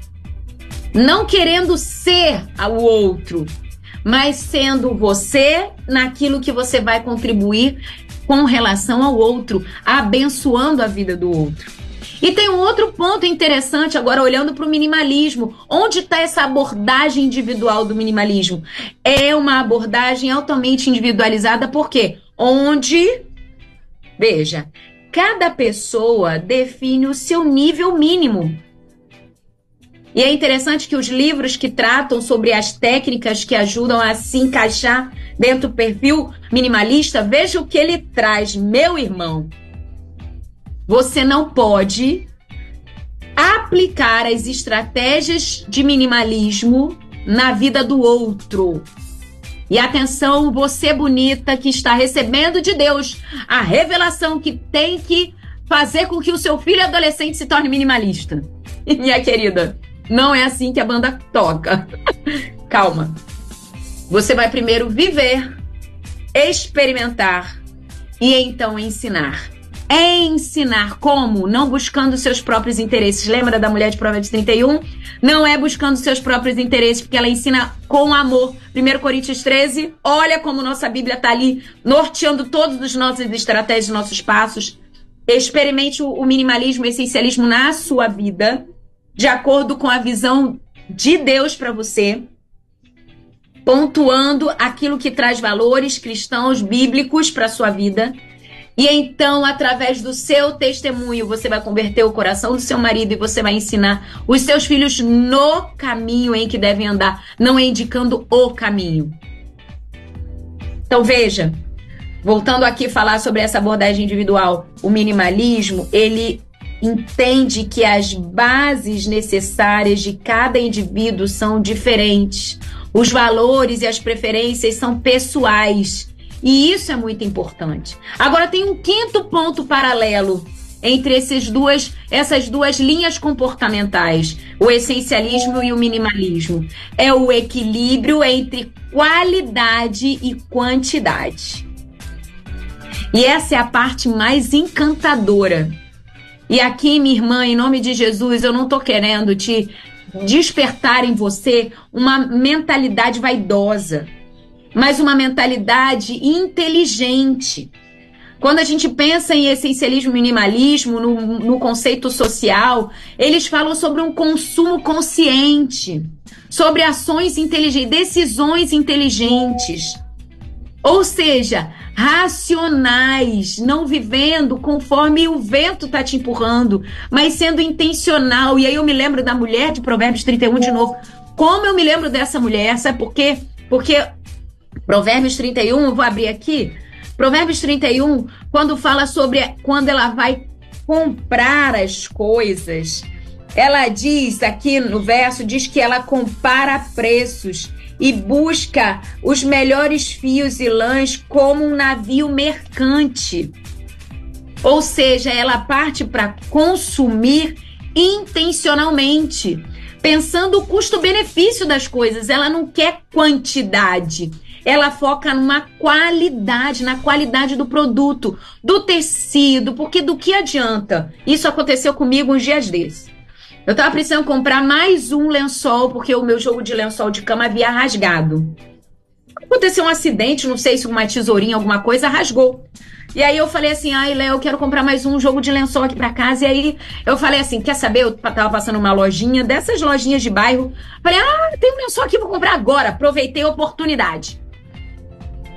Não querendo ser o outro, mas sendo você naquilo que você vai contribuir com relação ao outro, abençoando a vida do outro. E tem um outro ponto interessante agora, olhando para o minimalismo. Onde está essa abordagem individual do minimalismo? É uma abordagem altamente individualizada, por quê? Onde, veja, cada pessoa define o seu nível mínimo. E é interessante que os livros que tratam sobre as técnicas que ajudam a se encaixar dentro do perfil minimalista, veja o que ele traz, meu irmão. Você não pode aplicar as estratégias de minimalismo na vida do outro. E atenção, você bonita que está recebendo de Deus a revelação que tem que fazer com que o seu filho adolescente se torne minimalista. Minha querida, não é assim que a banda toca. Calma. Você vai primeiro viver, experimentar e então ensinar. Ensinar como? Não buscando seus próprios interesses. Lembra da mulher de Provérbios trinta e um? Não é buscando seus próprios interesses, porque ela ensina com amor. primeira Coríntios treze, olha como nossa Bíblia está ali, norteando todas as nossas estratégias, nossos passos. Experimente o minimalismo, o essencialismo na sua vida, de acordo com a visão de Deus para você, pontuando aquilo que traz valores cristãos, bíblicos para a sua vida. E então, através do seu testemunho, você vai converter o coração do seu marido e você vai ensinar os seus filhos no caminho em que devem andar, não é indicando o caminho. Então, veja, voltando aqui a falar sobre essa abordagem individual, o minimalismo, ele entende que as bases necessárias de cada indivíduo são diferentes. Os valores e as preferências são pessoais. E isso é muito importante. Agora tem um quinto ponto paralelo entre esses duas, essas duas linhas comportamentais, o essencialismo e o minimalismo. É o equilíbrio entre qualidade e quantidade. E essa é a parte mais encantadora. E aqui, minha irmã, em nome de Jesus, eu não estou querendo te despertar em você uma mentalidade vaidosa, mas uma mentalidade inteligente. Quando a gente pensa em essencialismo e minimalismo, no, no conceito social, eles falam sobre um consumo consciente, sobre ações inteligentes, decisões inteligentes. Ou seja, racionais, não vivendo conforme o vento está te empurrando, mas sendo intencional. E aí eu me lembro da mulher de Provérbios trinta e um de novo. Como eu me lembro dessa mulher? Sabe por quê? Porque Provérbios trinta e um, eu vou abrir aqui. Provérbios trinta e um, quando fala sobre quando ela vai comprar as coisas, ela diz aqui no verso, diz que ela compara preços e busca os melhores fios e lãs como um navio mercante. Ou seja, ela parte para consumir intencionalmente, pensando o custo-benefício das coisas. Ela não quer quantidade. Ela foca numa qualidade, na qualidade do produto, do tecido, porque do que adianta? Isso aconteceu comigo uns dias desses. Eu tava precisando comprar mais um lençol, porque o meu jogo de lençol de cama havia rasgado. Aconteceu um acidente, não sei se uma tesourinha, alguma coisa, rasgou. E aí eu falei assim, ai, Léo, eu quero comprar mais um jogo de lençol aqui pra casa. E aí eu falei assim, quer saber? Eu tava passando uma lojinha, dessas lojinhas de bairro. Falei, ah, tem um lençol aqui, vou comprar agora. Aproveitei a oportunidade.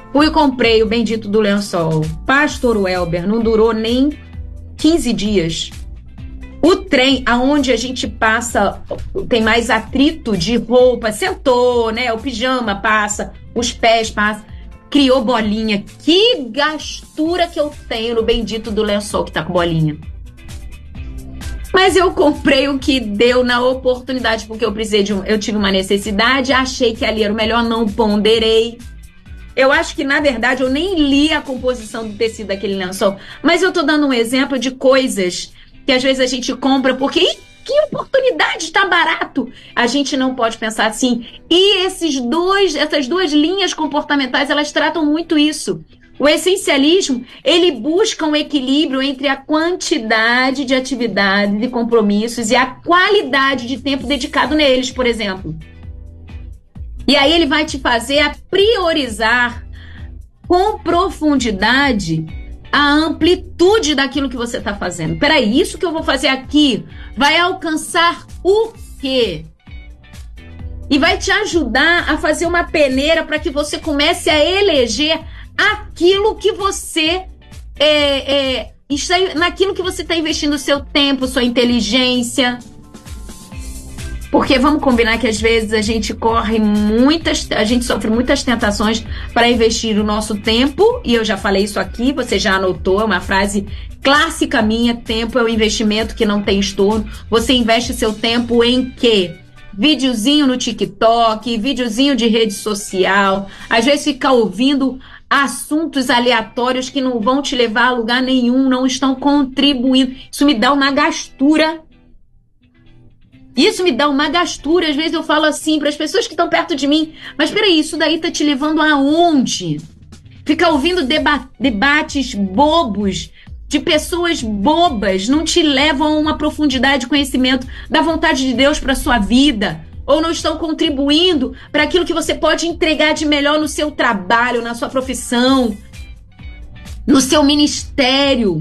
Fui e comprei o bendito do lençol. Pastor Welber, não durou nem quinze dias. O trem, aonde a gente passa, tem mais atrito de roupa, sentou, né? O pijama passa, os pés passam, criou bolinha. Que gastura que eu tenho no bendito do lençol que tá com bolinha. Mas eu comprei o que deu na oportunidade, porque eu precisei de um, eu tive uma necessidade, achei que ali era o melhor, não ponderei. Eu acho que, na verdade, eu nem li a composição do tecido daquele lençol, mas eu tô dando um exemplo de coisas que às vezes a gente compra porque, ih, que oportunidade, tá barato. A gente não pode pensar assim. E esses dois, essas duas linhas comportamentais, elas tratam muito isso. O essencialismo, ele busca um equilíbrio entre a quantidade de atividades e compromissos e a qualidade de tempo dedicado neles, por exemplo. E aí ele vai te fazer a priorizar com profundidade a amplitude daquilo que você está fazendo. Peraí, isso que eu vou fazer aqui vai alcançar o quê? E vai te ajudar a fazer uma peneira para que você comece a eleger aquilo que você é, é, está, naquilo que você está investindo o seu tempo, sua inteligência. Porque vamos combinar que às vezes a gente corre muitas, a gente sofre muitas tentações para investir o nosso tempo, e eu já falei isso aqui, você já anotou, é uma frase clássica minha: tempo é o investimento que não tem estorno. Você investe seu tempo em quê? Videozinho no TikTok, videozinho de rede social, às vezes ficar ouvindo assuntos aleatórios que não vão te levar a lugar nenhum, não estão contribuindo. Isso me dá uma gastura. Isso me dá uma gastura. Às vezes eu falo assim para as pessoas que estão perto de mim: mas peraí, isso daí tá te levando aonde? Ficar ouvindo deba- debates bobos de pessoas bobas não te levam a uma profundidade de conhecimento da vontade de Deus para sua vida, ou não estão contribuindo para aquilo que você pode entregar de melhor no seu trabalho, na sua profissão, no seu ministério.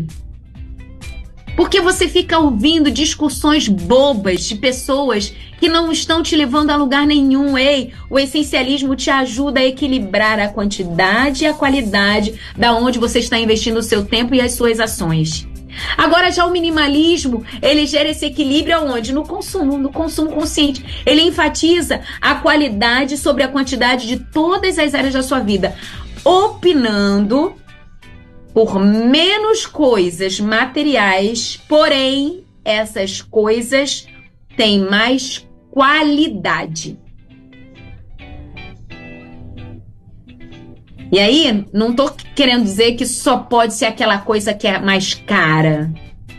Porque você fica ouvindo discussões bobas de pessoas que não estão te levando a lugar nenhum. Ei, o essencialismo te ajuda a equilibrar a quantidade e a qualidade da onde você está investindo o seu tempo e as suas ações. Agora, já o minimalismo, ele gera esse equilíbrio aonde? No consumo, no consumo consciente. Ele enfatiza a qualidade sobre a quantidade de todas as áreas da sua vida, opinando por menos coisas materiais, porém, essas coisas têm mais qualidade. E aí, não tô querendo dizer que só pode ser aquela coisa que é mais cara.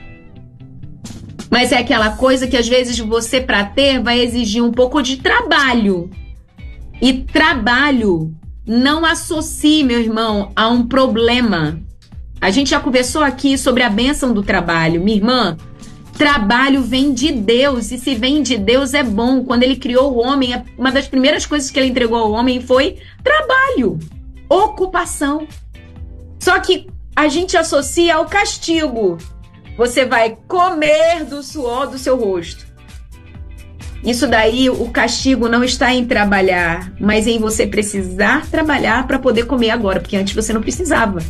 Mas é aquela coisa que às vezes você, para ter, vai exigir um pouco de trabalho. E trabalho não associe, meu irmão, a um problema. A gente já conversou aqui sobre a bênção do trabalho. Minha irmã, trabalho vem de Deus. E se vem de Deus é bom. Quando ele criou o homem, uma das primeiras coisas que ele entregou ao homem foi trabalho, ocupação. Só que a gente associa ao castigo. Você vai comer do suor do seu rosto. Isso daí, o castigo não está em trabalhar, mas em você precisar trabalhar para poder comer agora, porque antes você não precisava.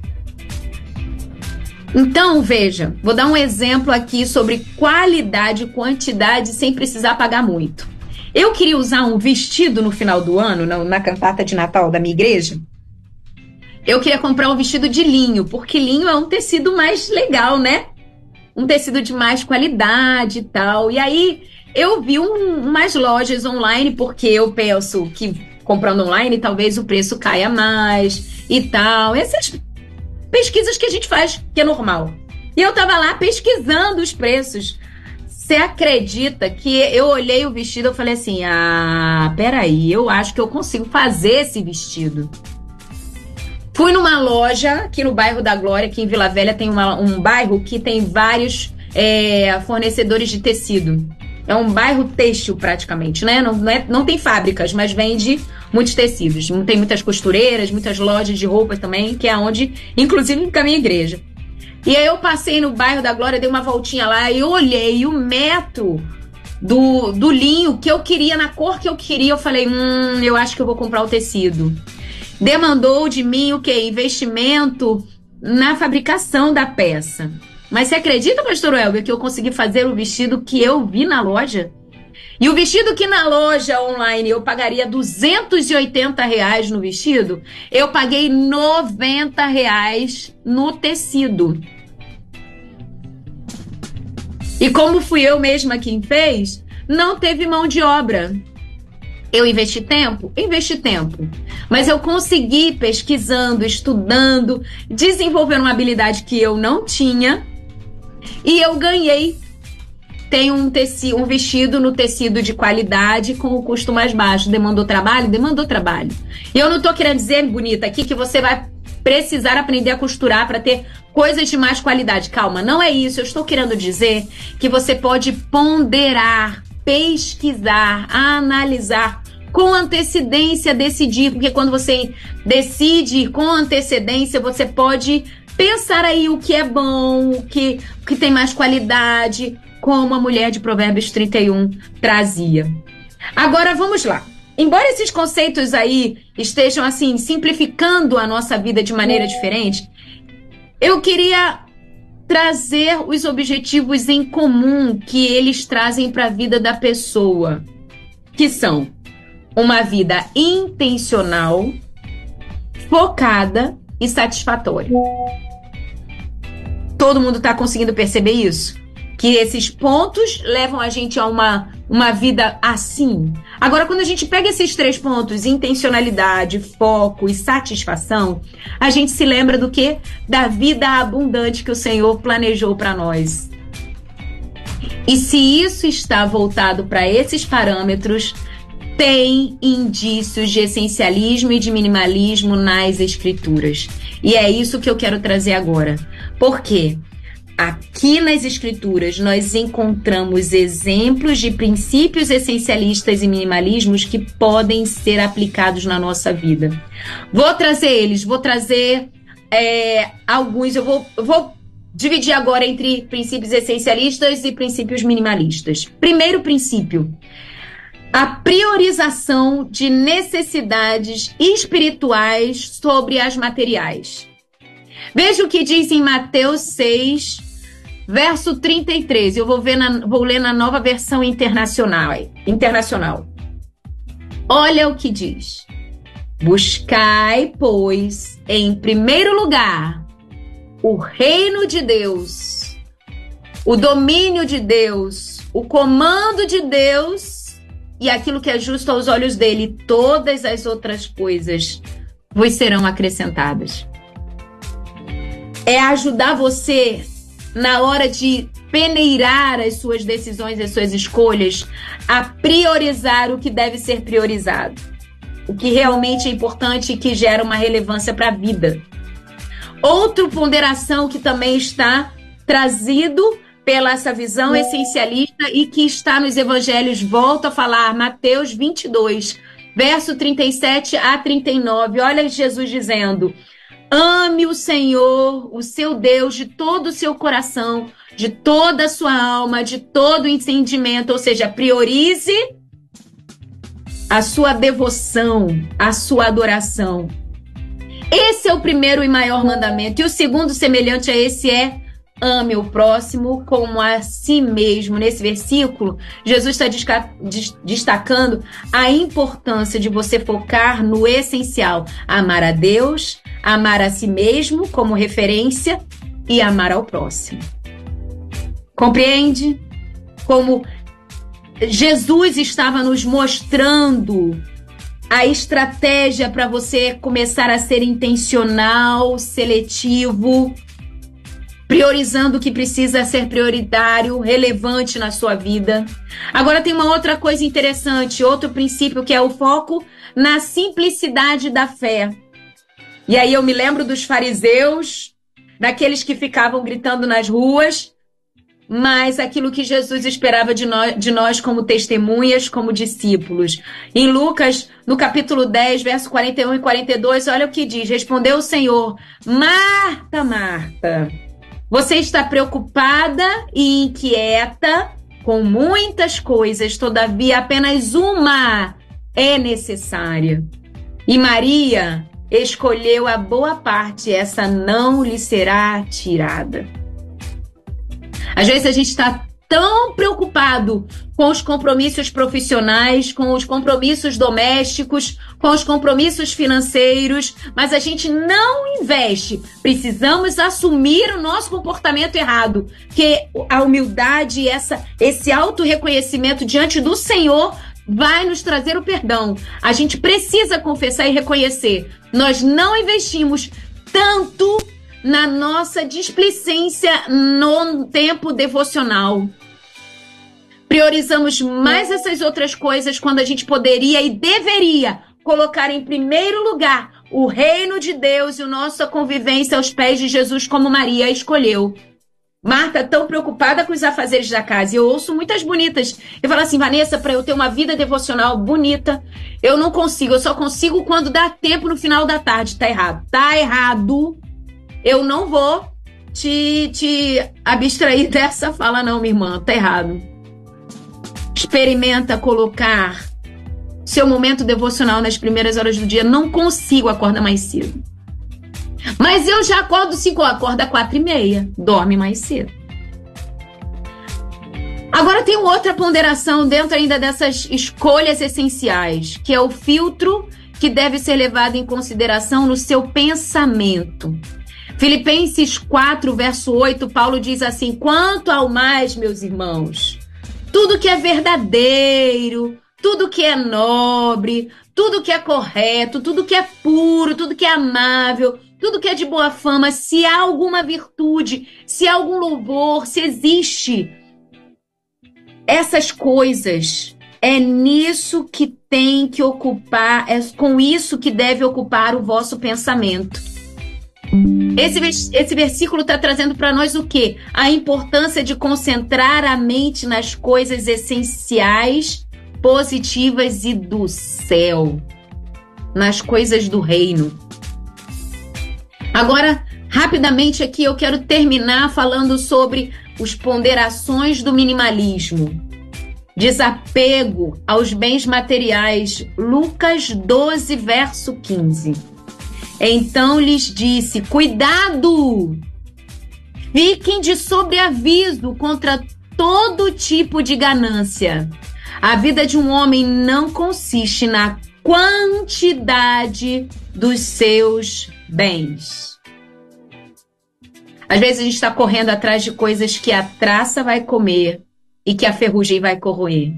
Então, veja, vou dar um exemplo aqui sobre qualidade e quantidade sem precisar pagar muito. Eu queria usar um vestido no final do ano, na, na cantata de Natal da minha igreja. Eu queria comprar um vestido de linho, porque linho é um tecido mais legal, né? Um tecido de mais qualidade e tal. E aí, eu vi um, umas lojas online, porque eu penso que comprando online talvez o preço caia mais e tal. Essas pesquisas que a gente faz, que é normal. E eu tava lá pesquisando os preços. Você acredita que eu olhei o vestido e falei assim: ah, peraí, eu acho que eu consigo fazer esse vestido. Fui numa loja aqui no bairro da Glória, aqui em Vila Velha, tem uma, um bairro que tem vários é, fornecedores de tecido. É um bairro têxtil praticamente, né? Não, não, é, não tem fábricas, mas vende muitos tecidos. Tem muitas costureiras, muitas lojas de roupas também, que é onde, inclusive, fica a minha igreja. E aí eu passei no bairro da Glória, dei uma voltinha lá e eu olhei o metro do, do linho que eu queria, na cor que eu queria. Eu falei, hum, eu acho que eu vou comprar o tecido. demandou de mim o quê? Investimento na fabricação da peça. Mas você acredita, pastor Elber, que eu consegui fazer o vestido que eu vi na loja? E o vestido que na loja online eu pagaria duzentos e oitenta reais no vestido, eu paguei noventa reais no tecido. E como fui eu mesma quem fez, não teve mão de obra. Eu investi tempo? Investi tempo. Mas eu consegui, pesquisando, estudando, desenvolver uma habilidade que eu não tinha, e eu ganhei. Tem um, tecido, um vestido no tecido de qualidade com o custo mais baixo. Demandou trabalho? Demandou trabalho. E eu não tô querendo dizer, bonita, aqui que você vai precisar aprender a costurar para ter coisas de mais qualidade. Calma, não é isso. Eu estou querendo dizer que você pode ponderar, pesquisar, analisar, com antecedência decidir. Porque quando você decide com antecedência, você pode pensar aí o que é bom, o que, o que tem mais qualidade, como a mulher de Provérbios trinta e um trazia. Agora vamos lá. Embora esses conceitos aí estejam assim simplificando a nossa vida de maneira diferente, eu queria trazer os objetivos em comum que eles trazem para a vida da pessoa, que são uma vida intencional, focada e satisfatória. Todo mundo está conseguindo perceber isso? Que esses pontos levam a gente a uma, uma vida assim. Agora, quando a gente pega esses três pontos, intencionalidade, foco e satisfação, a gente se lembra do quê? Da vida abundante que o Senhor planejou para nós. E se isso está voltado para esses parâmetros, tem indícios de essencialismo e de minimalismo nas escrituras. E é isso que eu quero trazer agora. Por quê? Aqui nas escrituras nós encontramos exemplos de princípios essencialistas e minimalismos que podem ser aplicados na nossa vida. Vou trazer eles, vou trazer é, alguns, eu vou, eu vou dividir agora entre princípios essencialistas e princípios minimalistas. Primeiro princípio, a priorização de necessidades espirituais sobre as materiais. Veja o que diz em Mateus seis, verso trinta e três. Eu vou, ver na, vou ler na nova versão internacional, internacional. Olha o que diz. Buscai, pois, em primeiro lugar, o reino de Deus, o domínio de Deus, o comando de Deus e aquilo que é justo aos olhos dele. Todas as outras coisas vos serão acrescentadas. É ajudar você na hora de peneirar as suas decisões, as suas escolhas, a priorizar o que deve ser priorizado. O que realmente é importante e que gera uma relevância para a vida. Outra ponderação que também está trazido pela essa visão essencialista e que está nos evangelhos, volto a falar, Mateus vinte e dois, verso trinta e sete a trinta e nove. Olha Jesus dizendo: ame o Senhor, o seu Deus, de todo o seu coração, de toda a sua alma, de todo o entendimento. Ou seja, priorize a sua devoção, a sua adoração. Esse é o primeiro e maior mandamento. E o segundo, semelhante a esse, é: ame o próximo como a si mesmo. Nesse versículo, Jesus está destacando a importância de você focar no essencial. Amar a Deus, amar a si mesmo como referência e amar ao próximo. Compreende? Como Jesus estava nos mostrando a estratégia para você começar a ser intencional, seletivo, priorizando o que precisa ser prioritário, relevante na sua vida. Agora tem uma outra coisa interessante, outro princípio, que é o foco na simplicidade da fé. E aí eu me lembro dos fariseus, daqueles que ficavam gritando nas ruas, mas aquilo que Jesus esperava de nós, de nós como testemunhas, como discípulos. Em Lucas, no capítulo dez, verso quarenta e um e quarenta e dois, olha o que diz. Respondeu o Senhor: Marta, Marta, você está preocupada e inquieta com muitas coisas, todavia apenas uma é necessária. E Maria escolheu a boa parte, essa não lhe será tirada. Às vezes a gente está tão preocupado com os compromissos profissionais, com os compromissos domésticos, com os compromissos financeiros, mas a gente não investe. Precisamos assumir o nosso comportamento errado, que a humildade e essa, esse auto-reconhecimento diante do Senhor vai nos trazer o perdão. A gente precisa confessar e reconhecer. Nós não investimos tanto na nossa displicência no tempo devocional. Priorizamos mais essas outras coisas quando a gente poderia e deveria colocar em primeiro lugar o reino de Deus e a nossa convivência aos pés de Jesus, como Maria escolheu. Marta, tão preocupada com os afazeres da casa. E eu ouço muitas bonitas. Eu falo assim, Vanessa, para eu ter uma vida devocional bonita, eu não consigo. Eu só consigo quando dá tempo no final da tarde. Tá errado. Tá errado. Eu não vou te, te abstrair dessa fala, não, minha irmã. Tá errado. Experimenta colocar seu momento devocional nas primeiras horas do dia. Não consigo acordar mais cedo. Mas eu já acordo cinco, acorda quatro e meia. Dorme mais cedo. Agora tem outra ponderação dentro ainda dessas escolhas essenciais, que é o filtro que deve ser levado em consideração no seu pensamento. Filipenses quatro, verso oito, Paulo diz assim, quanto ao mais, meus irmãos, tudo que é verdadeiro, tudo que é nobre, tudo que é correto, tudo que é puro, tudo que é amável, tudo que é de boa fama, se há alguma virtude, se há algum louvor, se existe essas coisas, é nisso que tem que ocupar, é com isso que deve ocupar o vosso pensamento. Esse, esse versículo está trazendo para nós o quê? A importância de concentrar a mente nas coisas essenciais, positivas e do céu, nas coisas do reino. Agora, rapidamente aqui eu quero terminar falando sobre as ponderações do minimalismo. Desapego aos bens materiais, Lucas doze, verso quinze. Então lhes disse, cuidado, fiquem de sobreaviso contra todo tipo de ganância. A vida de um homem não consiste na quantidade dos seus bens. Às vezes a gente está correndo atrás de coisas que a traça vai comer e que a ferrugem vai corroer.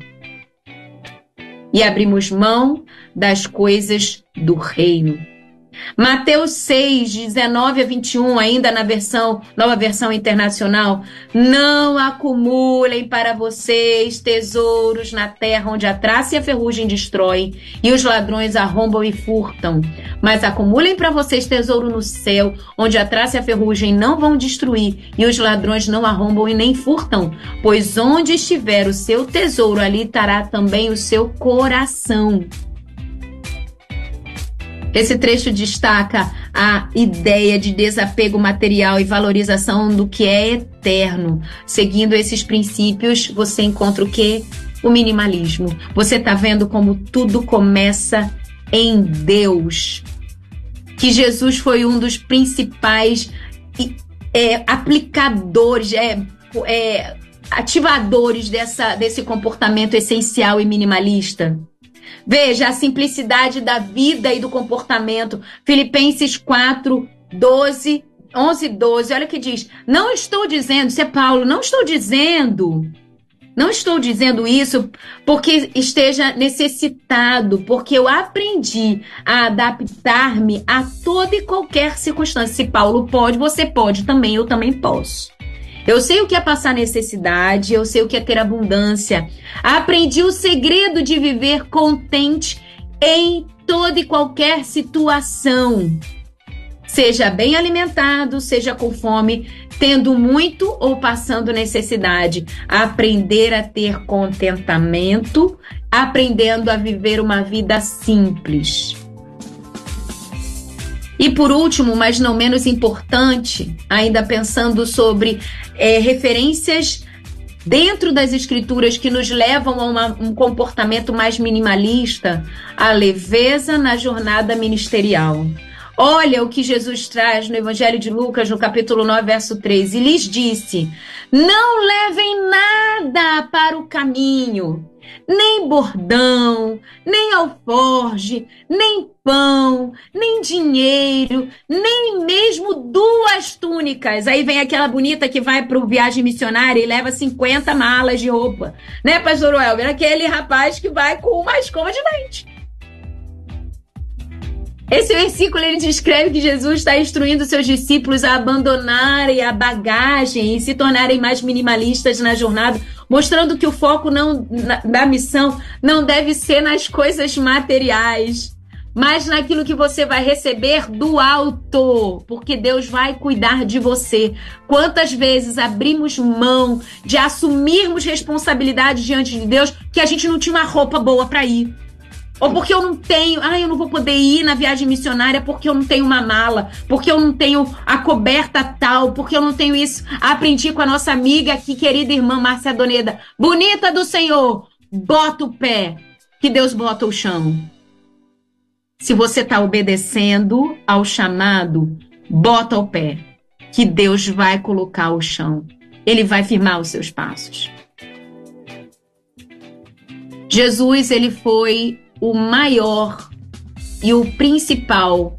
E abrimos mão das coisas do reino. Mateus seis, dezenove a vinte e um, ainda na versão, nova versão internacional. Não acumulem para vocês tesouros na terra, onde a traça e a ferrugem destroem, e os ladrões arrombam e furtam. Mas acumulem para vocês tesouro no céu, onde a traça e a ferrugem não vão destruir, e os ladrões não arrombam e nem furtam. Pois onde estiver o seu tesouro, ali estará também o seu coração. Esse trecho destaca a ideia de desapego material e valorização do que é eterno. Seguindo esses princípios, você encontra o quê? O minimalismo. Você está vendo como tudo começa em Deus. Que Jesus foi um dos principais é, aplicadores, é, é, ativadores dessa, desse comportamento essencial e minimalista. Veja a simplicidade da vida e do comportamento. Filipenses quatro, doze, onze, doze. Olha o que diz. Não estou dizendo, isso é Paulo, não estou dizendo, não estou dizendo isso porque esteja necessitado, porque eu aprendi a adaptar-me a toda e qualquer circunstância. Se Paulo pode, você pode também, eu também posso. Eu sei o que é passar necessidade, eu sei o que é ter abundância. Aprendi o segredo de viver contente em toda e qualquer situação. Seja bem alimentado, seja com fome, tendo muito ou passando necessidade. Aprender a ter contentamento, aprendendo a viver uma vida simples. E por último, mas não menos importante, ainda pensando sobre é, referências dentro das escrituras que nos levam a uma, um comportamento mais minimalista, a leveza na jornada ministerial. Olha o que Jesus traz no Evangelho de Lucas, no capítulo nove, verso três. E lhes disse: não levem nada para o caminho, nem bordão, nem alforge, nem pão, nem dinheiro, nem mesmo duas túnicas. Aí vem aquela bonita que vai para o viagem missionária e leva cinquenta malas de roupa. Né, pastor Welber? Aquele rapaz que vai com uma escova de dente. Esse versículo, ele descreve que Jesus está instruindo seus discípulos a abandonarem a bagagem e se tornarem mais minimalistas na jornada, mostrando que o foco não, na, da missão não deve ser nas coisas materiais, mas naquilo que você vai receber do alto, porque Deus vai cuidar de você. Quantas vezes abrimos mão de assumirmos responsabilidade diante de Deus que a gente não tinha uma roupa boa para ir? Ou porque eu não tenho, ah, eu não vou poder ir na viagem missionária porque eu não tenho uma mala, porque eu não tenho a coberta tal, porque eu não tenho isso. Aprendi com a nossa amiga aqui, querida irmã Márcia Doneda. Bonita do Senhor, bota o pé, que Deus bota o chão. Se você está obedecendo ao chamado, bota o pé, que Deus vai colocar o chão. Ele vai firmar os seus passos. Jesus, ele foi o maior e o principal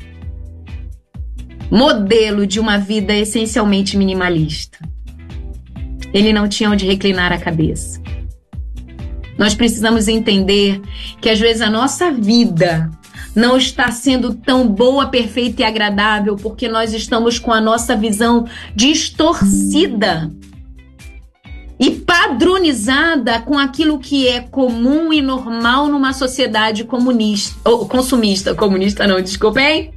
modelo de uma vida essencialmente minimalista. Ele não tinha onde reclinar a cabeça. Nós precisamos entender que às vezes a nossa vida não está sendo tão boa, perfeita e agradável porque nós estamos com a nossa visão distorcida e padronizada com aquilo que é comum e normal numa sociedade comunista, ou consumista, comunista não, desculpa, hein?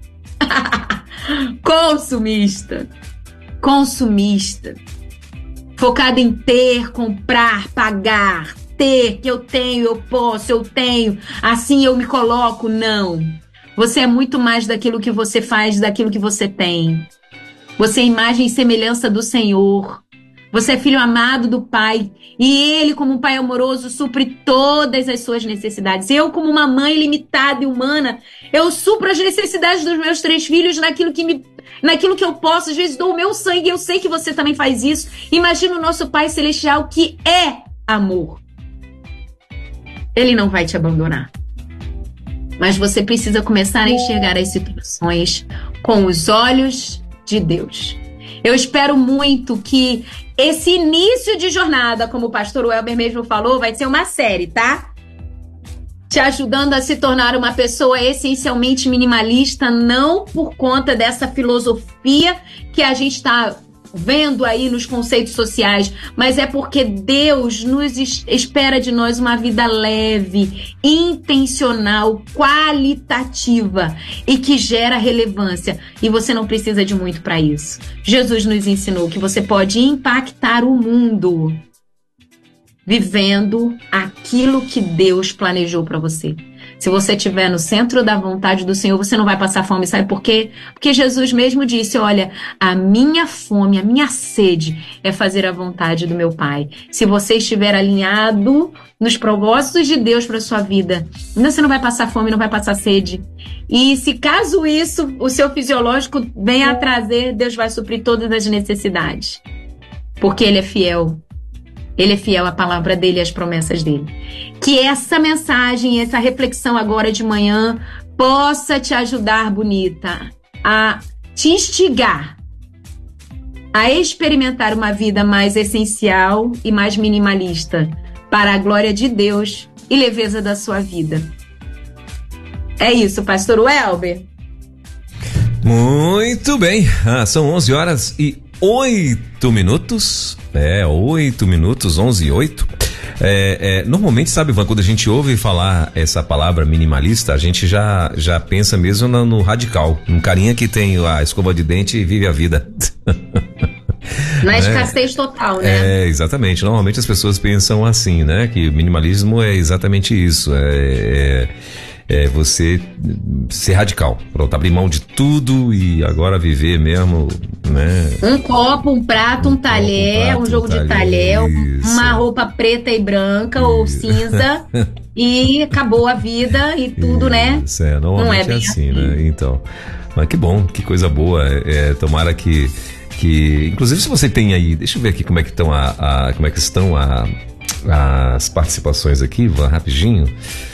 consumista, consumista, focada em ter, comprar, pagar, ter, que eu tenho, eu posso, eu tenho, assim eu me coloco. Não, você é muito mais daquilo que você faz, daquilo que você tem. Você é imagem e semelhança do Senhor. Você é filho amado do Pai, e Ele, como um Pai amoroso, supre todas as suas necessidades. Eu, como uma mãe limitada e humana, eu supro as necessidades dos meus três filhos naquilo que, me, naquilo que eu posso. Às vezes dou o meu sangue, eu sei que você também faz isso. Imagina o nosso Pai Celestial, que é amor. Ele não vai te abandonar. Mas você precisa começar a enxergar as situações com os olhos de Deus. Eu espero muito que esse início de jornada, como o pastor Welber mesmo falou, vai ser uma série, tá? Te ajudando a se tornar uma pessoa essencialmente minimalista, não por conta dessa filosofia que a gente está vendo aí nos conceitos sociais, mas é porque Deus nos espera de nós uma vida leve, intencional, qualitativa e que gera relevância. E você não precisa de muito para isso. Jesus nos ensinou que você pode impactar o mundo vivendo aquilo que Deus planejou para você. Se você estiver no centro da vontade do Senhor, você não vai passar fome. Sabe por quê? Porque Jesus mesmo disse, olha, a minha fome, a minha sede é fazer a vontade do meu Pai. Se você estiver alinhado nos propósitos de Deus para sua vida, você não vai passar fome, não vai passar sede. E se caso isso, o seu fisiológico venha a trazer, Deus vai suprir todas as necessidades. Porque Ele é fiel. Ele é fiel à palavra dele e às promessas dele. Que essa mensagem, essa reflexão agora de manhã possa te ajudar, bonita, a te instigar a experimentar uma vida mais essencial e mais minimalista para a glória de Deus e leveza da sua vida. É isso, pastor Welber. Muito bem. Ah, são onze horas e oito minutos. É, oito minutos, onze e oito. É, é, normalmente, sabe, Ivan, quando a gente ouve falar essa palavra minimalista, a gente já, já pensa mesmo no, no radical. Um carinha que tem a escova de dente e vive a vida. Na escassez é, total, né? É, exatamente. Normalmente as pessoas pensam assim, né? Que o minimalismo é exatamente isso. É... é É você ser radical, pronto, abrir mão de tudo e agora viver mesmo, né? Um copo, um prato, um, um talher, um, prato, um jogo um talher, de talher, isso. Uma roupa preta e branca isso. Ou cinza e acabou a vida e tudo, isso, né? É, normalmente não é bem assim, assim, né? Então, Mas que bom, que coisa boa. É, tomara que, que. Inclusive, se você tem aí. Deixa eu ver aqui como é que estão a, a como é que estão a, as participações aqui, Van, rapidinho.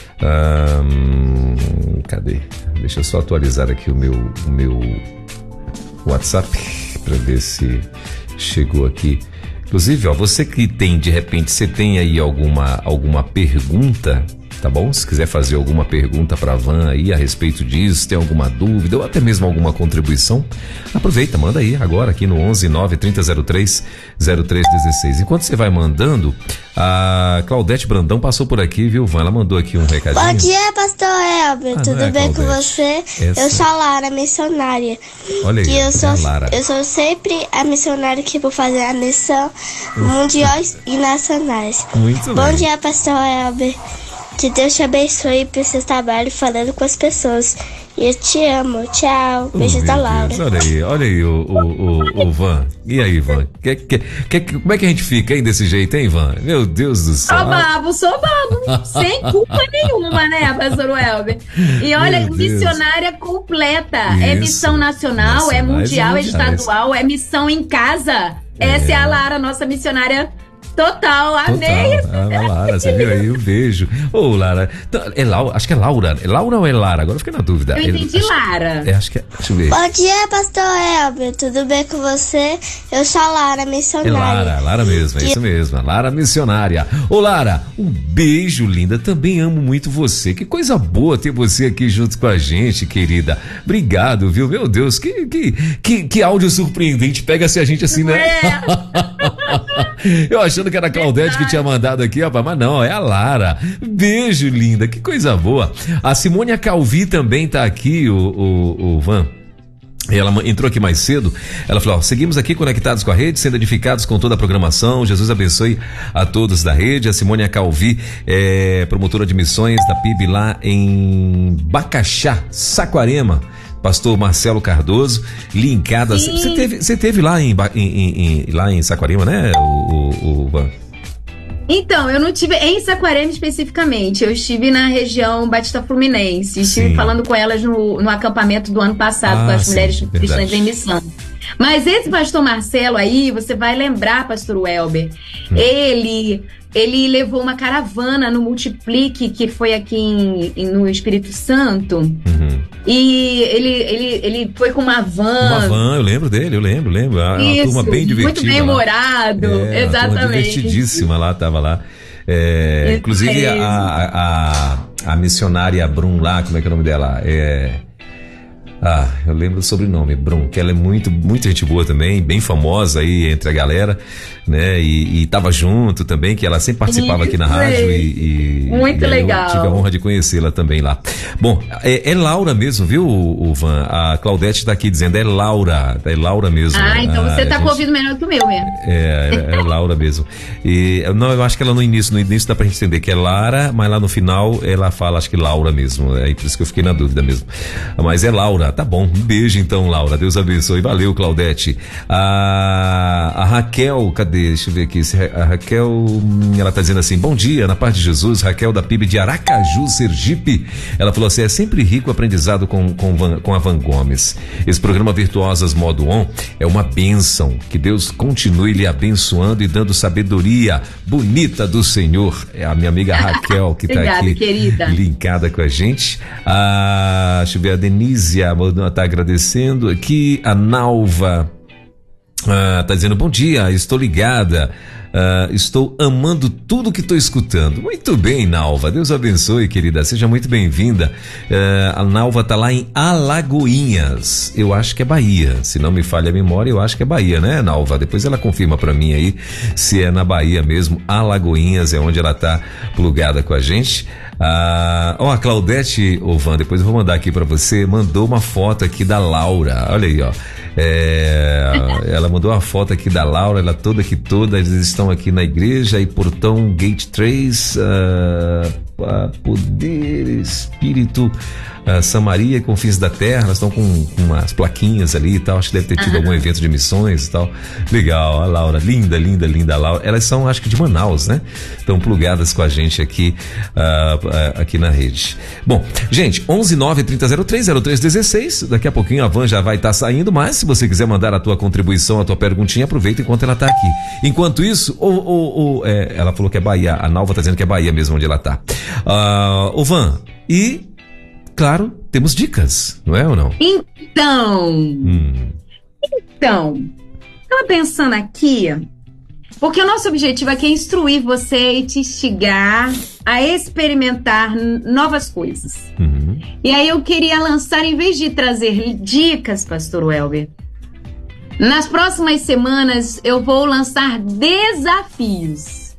Um, cadê? Deixa eu só atualizar aqui o meu, o meu WhatsApp para ver se chegou aqui. Inclusive, ó, você que tem, de repente, você tem aí alguma, alguma pergunta, tá bom? Se quiser fazer alguma pergunta para a Van aí a respeito disso, tem alguma dúvida ou até mesmo alguma contribuição, aproveita, manda aí agora aqui no onze nove trinta zero três zero três dezesseis. Enquanto você vai mandando, a Claudete Brandão passou por aqui, viu, Van? Ela mandou aqui um recadinho. Bom dia, pastor Elber. Ah, Tudo é, bem com Claudete? você? Essa... Eu sou a Lara, missionária. Olha aí, que eu sou, é a Lara. eu sou sempre a missionária que vou fazer a missão mundiais e nacionais. Muito Bom bem. dia, pastor Elber. Que Deus te abençoe para o seu trabalho falando com as pessoas. E eu te amo. Tchau. Oh, Beijo meu da Laura. Deus, olha aí, olha aí o, o, o, o Van. E aí, Van? Que, que, que, como é que a gente fica, hein, desse jeito, hein, Van? Meu Deus do céu. Sou babo, sou babo. Sem culpa nenhuma, né, pastor Welber? E olha, Meu Deus. missionária completa. Isso. É missão nacional, Nacionais é mundial, e é mundiais. estadual, é missão em casa. É. Essa é a Lara, nossa missionária total. Amei. Total. Ah, Lara, você viu aí? Um beijo. Ô, Lara. É Laura, acho que é Laura. É Laura ou é Lara? Agora eu fiquei na dúvida. Eu entendi, acho, Lara. É, acho que é. Deixa eu ver. Bom dia, pastor Elber. Tudo bem com você? Eu sou a Lara, É missionária. Lara, Lara mesmo, é isso mesmo. Lara missionária. Ô, Lara, um beijo, linda. Também amo muito você. Que coisa boa ter você aqui junto com a gente, querida. Obrigado, viu? Meu Deus, que, que, que, que áudio surpreendente. Pega-se a gente assim, né? É. Eu achando que era a Claudete que tinha mandado aqui, rapaz, mas não, é a Lara. Beijo, linda, que coisa boa. A Simônia Calvi também tá aqui, o, o, o Van. Ela entrou aqui mais cedo, ela falou, ó, seguimos aqui conectados com a rede, sendo edificados com toda a programação, Jesus abençoe a todos da rede. A Simônia Calvi é promotora de missões da P I B lá em Bacaxá, Saquarema. Pastor Marcelo Cardoso, linkada. Você teve, você teve lá em, em, em, lá em Saquarema, né, o, o, o Van? Então, eu não tive em Saquarema especificamente, eu estive na região Batista Fluminense, estive Sim. falando com elas no, no acampamento do ano passado, Ah, com as sim, mulheres verdade. cristãs em missão. Mas esse pastor Marcelo aí, você vai lembrar, pastor Welber, hum. ele, ele levou uma caravana no Multiplique, que foi aqui em, em, no Espírito Santo, Uhum. e ele, ele, ele foi com uma van. Uma van, eu lembro dele, eu lembro, lembro. Uma, Isso, uma turma bem divertida. Muito bem humorado, é, exatamente. Uma divertidíssima lá, tava lá. É, inclusive a, a, a, a missionária Brum lá, como é que é o nome dela? É... Ah, eu lembro do sobrenome, Brum, que ela é muito, muito gente boa também, bem famosa aí entre a galera, né? E, e tava junto também, que ela sempre participava aqui na rádio e, e muito e legal. Eu tive a honra de conhecê-la também lá. Bom, é, é Laura mesmo, viu, o, o Van? A Claudete tá aqui dizendo, é Laura, é Laura mesmo. Ah, então você ah, tá gente... com o ouvido melhor que o meu mesmo. É, é, é Laura mesmo. E, não, eu acho que ela no início, no início dá pra gente entender que é Lara, mas lá no final ela fala, acho que Laura mesmo. É por isso que eu fiquei na dúvida mesmo. Mas é Laura, tá bom. Um beijo então, Laura. Deus abençoe. Valeu, Claudete. A, a Raquel, cadê? Deixa eu ver aqui. A Raquel, ela tá dizendo assim: bom dia, na paz de Jesus. Raquel da P I B de Aracaju, Sergipe. Ela falou assim: é sempre rico o aprendizado com, com, Van, com a Van Gomes. Esse programa Virtuosas Modo On é uma bênção. Que Deus continue lhe abençoando e dando sabedoria bonita do Senhor. É a minha amiga Raquel que tá Obrigada, aqui querida. linkada com a gente. A, deixa eu ver, a Denise está agradecendo aqui. A Nalva está ah, dizendo: bom dia, estou ligada. Uh, estou amando tudo que estou escutando. Muito bem, Nalva. Deus abençoe, querida. Seja muito bem-vinda. Uh, a Nalva está lá em Alagoinhas. Eu acho que é Bahia. Se não me falha a memória, eu acho que é Bahia, né, Nalva? Depois ela confirma para mim aí se é na Bahia mesmo. Alagoinhas é onde ela está plugada com a gente. Ah, ó, a Claudete Ovan, depois eu vou mandar aqui para você, mandou uma foto aqui da Laura. Olha aí, ó. É, ela mandou uma foto aqui da Laura, ela toda aqui toda, eles estão aqui na igreja e portão Gate três, uh, poder, espírito, uh, Samaria e Confins da Terra, elas estão com, com umas plaquinhas ali e tal, acho que deve ter tido uhum. algum evento de missões e tal. Legal, a Laura, linda, linda, linda a Laura. Elas são, acho que de Manaus, né? Estão plugadas com a gente aqui, uh, uh, aqui na rede. Bom, gente, onze nove trinta zero três zero três dezesseis, daqui a pouquinho a Van já vai estar tá saindo, mas se você quiser mandar a tua contribuição, a tua perguntinha, aproveita enquanto ela está aqui. Enquanto isso, o, o, o, é, ela falou que é Bahia, a Nalva está dizendo que é Bahia mesmo onde ela está. Uh, ô Van, e claro, temos dicas, não é ou não? Então, hum. então, estava pensando aqui, porque o nosso objetivo aqui é instruir você e te instigar a experimentar novas coisas. Uhum. E aí eu queria lançar, em vez de trazer dicas, pastor Welber, nas próximas semanas eu vou lançar desafios.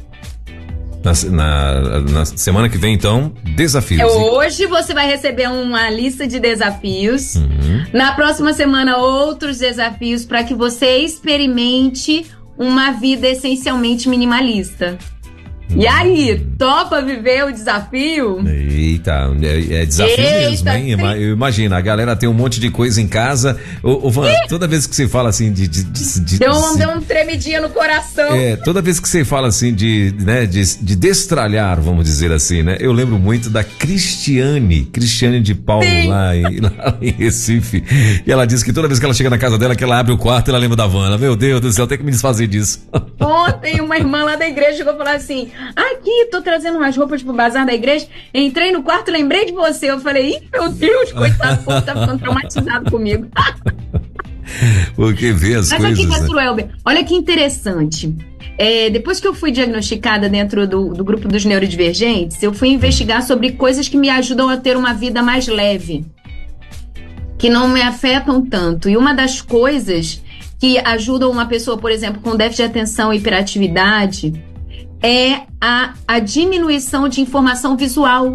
Na, na, na semana que vem, então, desafios. Hoje você vai receber uma lista de desafios. Uhum. Na próxima semana, outros desafios para que você experimente uma vida essencialmente minimalista. Hum. E aí, topa viver o desafio? Eita, é, é desafio Eita, mesmo, hein? Sim. Eu imagino, a galera tem um monte de coisa em casa. Ô, ô Van, toda vez que você fala assim de... de, de, de deu, um, de, deu um tremidinha no coração. É, toda vez que você fala assim de, né, de, de destralhar, vamos dizer assim, né? Eu lembro muito da Cristiane, Cristiane de Paulo, lá em, lá em Recife. E ela diz que toda vez que ela chega na casa dela, que ela abre o quarto, ela lembra da Van. Ela, meu Deus do céu, tem que me desfazer disso. Ontem, uma irmã lá da igreja chegou a falar assim... Aqui, tô trazendo umas roupas pro bazar da igreja. Entrei no quarto, lembrei de você. Eu falei, ih, meu Deus, coitado, o povo tá ficando traumatizado comigo. Porque vê as Mas coisas... aqui, pastor Welber, olha que interessante. É, depois que eu fui diagnosticada dentro do, do grupo dos neurodivergentes, eu fui investigar sobre coisas que me ajudam a ter uma vida mais leve, que não me afetam tanto. E uma das coisas que ajudam uma pessoa, por exemplo, com déficit de atenção e hiperatividade... é a, a diminuição de informação visual.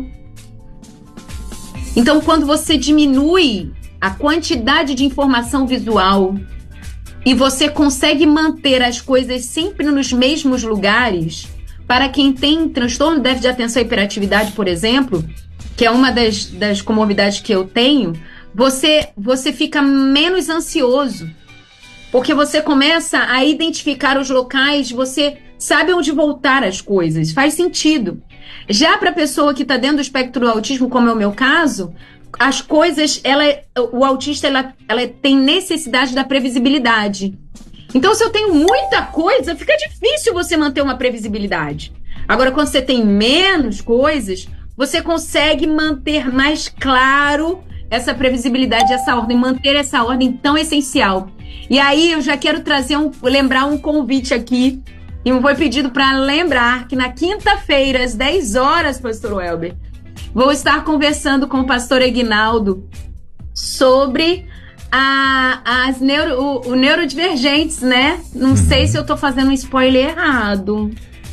Então, quando você diminui a quantidade de informação visual e você consegue manter as coisas sempre nos mesmos lugares, para quem tem transtorno de déficit de atenção e hiperatividade, por exemplo, que é uma das, das comorbidades que eu tenho, você, você fica menos ansioso, porque você começa a identificar os locais, você... sabe onde voltar as coisas, faz sentido. Já para a pessoa que está dentro do espectro do autismo, como é o meu caso, as coisas, ela, o autista ela, ela tem necessidade da previsibilidade. Então, se eu tenho muita coisa, fica difícil você manter uma previsibilidade. Agora, quando você tem menos coisas, você consegue manter mais claro essa previsibilidade, essa ordem, manter essa ordem tão essencial. E aí, eu já quero trazer um, lembrar um convite aqui. E foi pedido para lembrar que na quinta-feira, às dez horas, pastor Welber, vou estar conversando com o pastor Eginaldo sobre a, as neuro, o, o neurodivergentes, né? Não uhum. sei se eu tô fazendo um spoiler errado.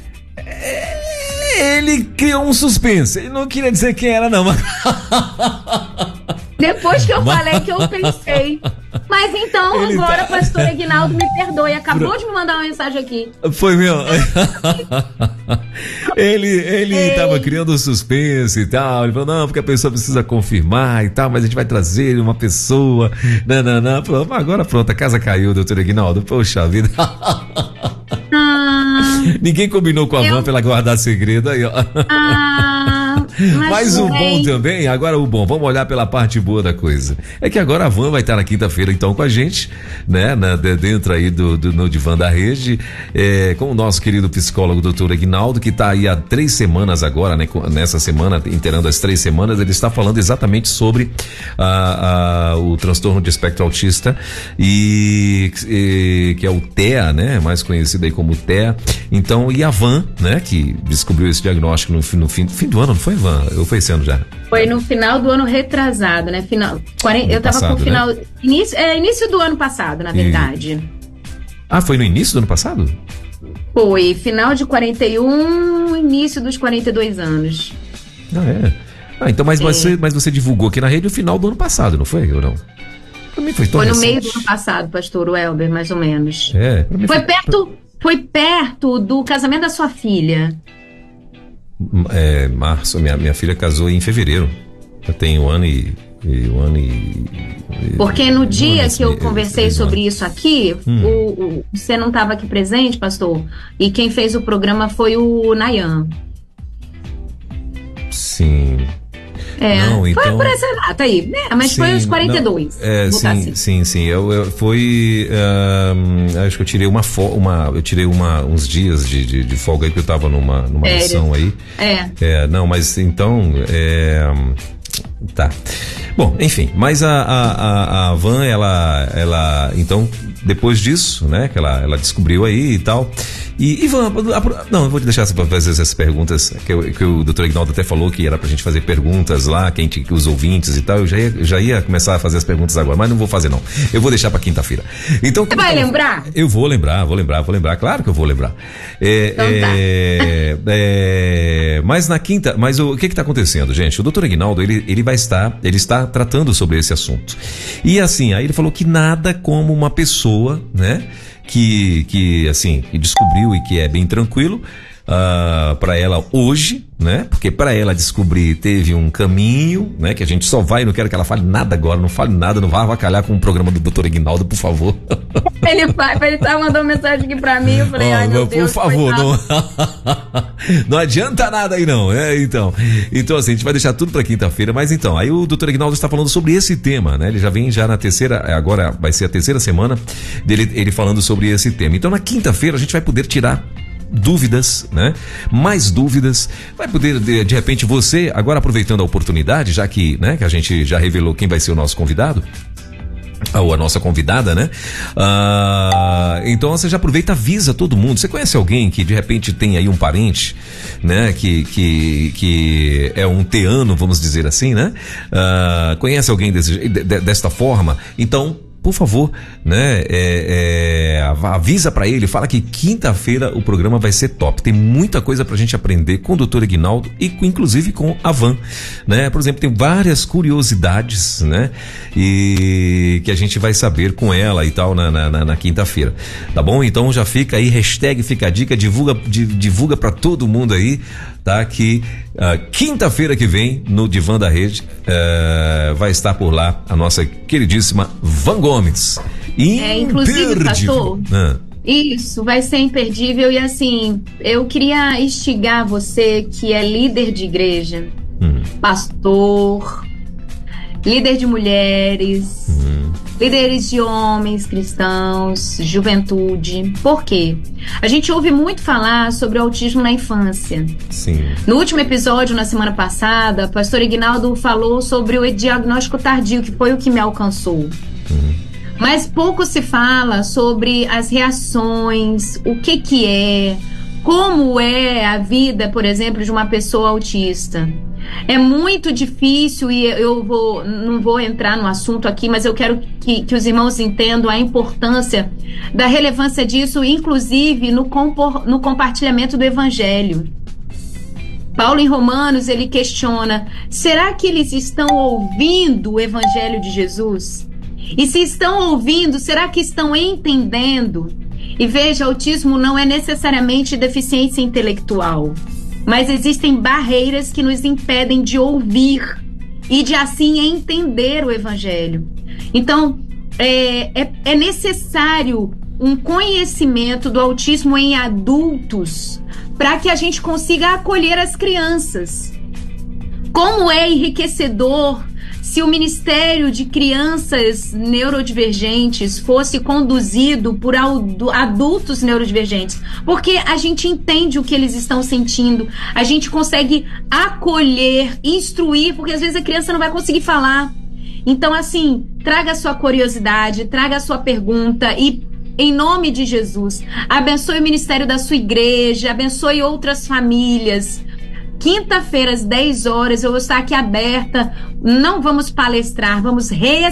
Ele criou um suspense. Ele não queria dizer quem era, não. Mas... Depois que eu falei que eu pensei. Mas então, ele agora, tá... pastor Eginaldo, me perdoe. Acabou Pro... de me mandar uma mensagem aqui. Foi meu. ele ele estava criando um suspense e tal. Ele falou, não, porque a pessoa precisa confirmar e tal, mas a gente vai trazer uma pessoa. Não, não, não. Pronto, agora pronto, a casa caiu, doutor Eginaldo. Poxa vida. Ah, ninguém combinou com a eu... Van pra ela guardar segredo aí, ó. Ah, mas, mas o bom também, agora o bom, vamos olhar pela parte boa da coisa. É que agora a Van vai estar na quinta-feira então com a gente, né? Na, dentro aí do, do no divã da rede, é, com o nosso querido psicólogo doutor Eginaldo, que está aí há três semanas agora, né? Nessa semana, inteirando as três semanas, ele está falando exatamente sobre a, a, o transtorno de espectro autista e, e que é o T E A, né? Mais conhecido aí como T E A. Então, e a Van, né? Que descobriu esse diagnóstico no, no fim, fim do ano, não foi, Van? Eu foi esse ano já? Foi no final do ano retrasado, né? Final, quarenta, eu tava passado, com o final... Né? Início, é, início do ano passado, na verdade. E... Ah, foi no início do ano passado? Foi, final de quarenta e um, início dos quarenta e dois anos. Ah, é? Ah, então, mas, você, mas você divulgou aqui na rede no final do ano passado, não foi? Ou não? Pra mim foi tão Foi no recente. meio do ano passado, pastor Welber, mais ou menos. É. Pra mim foi, foi perto, foi perto do casamento da sua filha. É, março, minha, minha filha casou em fevereiro. Tem um ano e... e um ano e... Porque no dia um que eu conversei sobre isso aqui, hum. o, o, você não estava aqui presente, pastor, e quem fez o programa foi o Nayan. Sim. É, não, então, foi por essa data aí, é, mas sim, foi os quarenta e dois. Não, é, sim, assim. sim, sim, eu, eu foi, uh, acho que eu tirei uma, uma eu tirei uma, uns dias de, de, de folga aí que eu tava numa, numa é, missão aí. É. é. Não, mas então, é, tá. Bom, enfim, mas a, a, a Van, ela, ela, então, depois disso, né, que ela, ela descobriu aí e tal. E, Ivan, não, eu vou te deixar para fazer essas perguntas que, eu, que o doutor Ignaldo até falou que era pra gente fazer perguntas lá, quem tinha, os ouvintes e tal. Eu já ia, já ia começar a fazer as perguntas agora, mas não vou fazer não. Eu vou deixar pra quinta-feira. Então, você vai tava, lembrar? Eu vou lembrar, vou lembrar, vou lembrar. Claro que eu vou lembrar. É, então tá. é, é, mas na quinta, mas o, o que que tá acontecendo, gente? O doutor Ignaldo, ele, ele vai estar, ele está tratando sobre esse assunto. E assim, aí ele falou que nada como uma pessoa, né? Que, que, assim, que descobriu e que é bem tranquilo uh, para ela hoje, né? Porque para ela descobrir teve um caminho, né? Que a gente só vai, não quero que ela fale nada agora, não fale nada, não vá avacalhar com o programa do doutor Ignaldo, por favor. Ele, ele tá mandando mensagem aqui pra mim, eu falei, oh, ai meu Deus, por favor, não, não adianta nada aí não, é, então, então assim, a gente vai deixar tudo pra quinta-feira, mas então, aí o doutor Ignaldo está falando sobre esse tema, né, ele já vem já na terceira, agora vai ser a terceira semana dele, ele falando sobre esse tema, então na quinta-feira a gente vai poder tirar dúvidas, né? Mais dúvidas. Vai poder, de, de repente, você, agora aproveitando a oportunidade, já que, né, que a gente já revelou quem vai ser o nosso convidado, ou a nossa convidada, né? Ah, então você já aproveita, avisa todo mundo. Você conhece alguém que de repente tem aí um parente, né? Que, que, que é um teano, vamos dizer assim, né? Ah, conhece alguém desse, de, desta forma? Então, por favor, né, é, é, avisa pra ele, fala que quinta-feira o programa vai ser top, tem muita coisa pra gente aprender com o doutor Ignaldo e com, inclusive com a Van, né, por exemplo, tem várias curiosidades, né, e que a gente vai saber com ela e tal na, na, na quinta-feira, tá bom? Então já fica aí, hashtag fica a dica, divulga, divulga pra todo mundo aí, tá, que uh, quinta-feira que vem no Divã da Rede uh, vai estar por lá a nossa queridíssima Van Gomes. É, inclusive, pastor, ah. isso vai ser imperdível. E assim, eu queria instigar você que é líder de igreja, hum. pastor, líder de mulheres, hum. líderes de homens cristãos, juventude. Por quê? A gente ouve muito falar sobre o autismo na infância. Sim. No último episódio, na semana passada, o pastor Ignaldo falou sobre o diagnóstico tardio, que foi o que me alcançou. Uhum. Mas pouco se fala sobre as reações, o que que é, como é a vida, por exemplo, de uma pessoa autista. É muito difícil e eu vou, não vou entrar no assunto aqui, mas eu quero que, que os irmãos entendam a importância da relevância disso, inclusive no, compor, no compartilhamento do evangelho. Paulo em Romanos, ele questiona, será que eles estão ouvindo o evangelho de Jesus? E se estão ouvindo, será que estão entendendo? E veja, autismo não é necessariamente deficiência intelectual, mas existem barreiras que nos impedem de ouvir e de assim entender o evangelho. Então, é, é, é necessário um conhecimento do autismo em adultos para que a gente consiga acolher as crianças. Como é enriquecedor se o Ministério de Crianças Neurodivergentes fosse conduzido por adultos neurodivergentes, porque a gente entende o que eles estão sentindo, a gente consegue acolher, instruir, porque às vezes a criança não vai conseguir falar. Então, assim, traga a sua curiosidade, traga a sua pergunta e, em nome de Jesus, abençoe o ministério da sua igreja, abençoe outras famílias. Quinta-feira, às dez horas, eu vou estar aqui aberta. Não vamos palestrar, vamos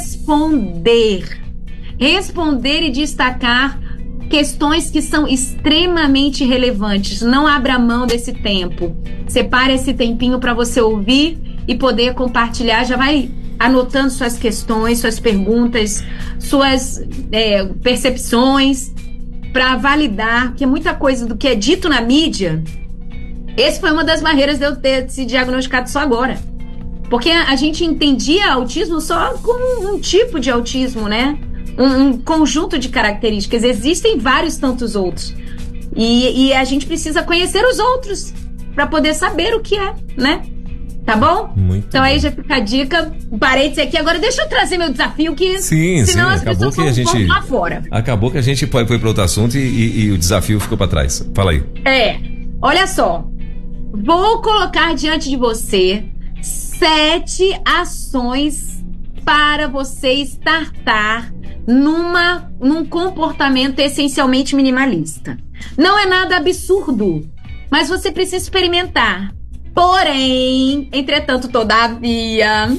responder. Responder e destacar questões que são extremamente relevantes. Não abra mão desse tempo. Separe esse tempinho para você ouvir e poder compartilhar. Já vai anotando suas questões, suas perguntas, suas é, percepções para validar, porque muita coisa do que é dito na mídia... Esse foi uma das barreiras de eu ter se diagnosticado só agora. Porque a gente entendia autismo só como um tipo de autismo, né? Um, um conjunto de características. Existem vários tantos outros. E, e a gente precisa conhecer os outros para poder saber o que é, né? Tá bom? Muito então bom. Aí já fica a dica. Parei de ser aqui. Agora deixa eu trazer meu desafio, que sim, senão sim, as acabou pessoas que a gente vão lá fora. Acabou que a gente foi para outro assunto e, e, e o desafio ficou para trás. Fala aí. É, olha só. Vou colocar diante de você sete ações para você startar numa, num comportamento essencialmente minimalista. Não é nada absurdo, mas você precisa experimentar. Porém, entretanto, todavia,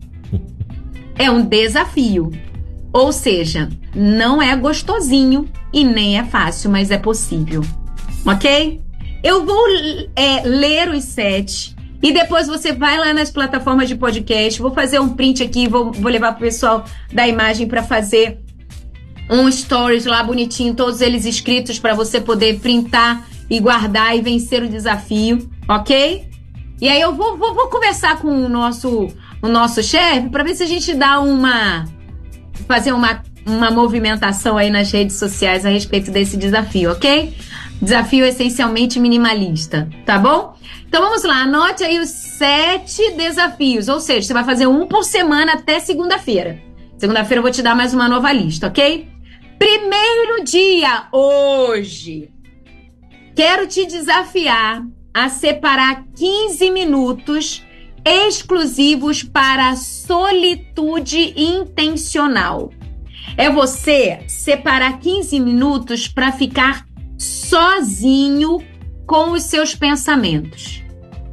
é um desafio. Ou seja, não é gostosinho e nem é fácil, mas é possível. Ok? Eu vou é, ler os sete e depois você vai lá nas plataformas de podcast. Vou fazer um print aqui, vou, vou levar pro pessoal da imagem para fazer um stories lá bonitinho, todos eles escritos para você poder printar e guardar e vencer o desafio, ok? E aí eu vou, vou, vou conversar com o nosso, o nosso chefe para ver se a gente dá uma... fazer uma, uma movimentação aí nas redes sociais a respeito desse desafio, ok? Desafio essencialmente minimalista, tá bom? Então vamos lá, anote aí os sete desafios, ou seja, você vai fazer um por semana até segunda-feira. Segunda-feira eu vou te dar mais uma nova lista, ok? Primeiro dia, hoje. Quero te desafiar a separar quinze minutos exclusivos para a solitude intencional. É você separar quinze minutos para ficar sozinho com os seus pensamentos.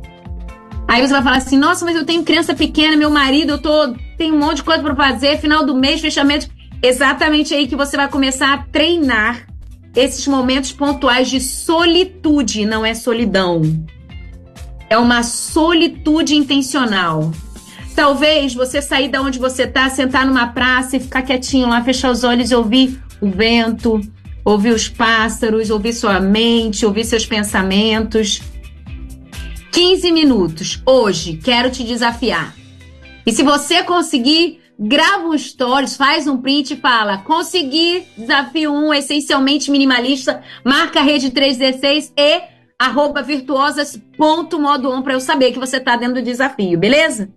Aí você vai falar assim, nossa, mas eu tenho criança pequena, meu marido, eu tô, tenho um monte de coisa para fazer, final do mês, fechamento. Exatamente aí que você vai começar a treinar esses momentos pontuais de solitude, não é solidão. É uma solitude intencional. Talvez você sair da onde você tá, sentar numa praça e ficar quietinho lá, fechar os olhos e ouvir o vento, ouvir os pássaros, ouvir sua mente, ouvir seus pensamentos. quinze minutos. Hoje, quero te desafiar. E se você conseguir, grava um stories, faz um print e fala, consegui, desafio um, essencialmente minimalista, marca a rede trezentos e dezesseis e arroba virtuosas ponto modo on para eu saber que você tá dentro do desafio, beleza?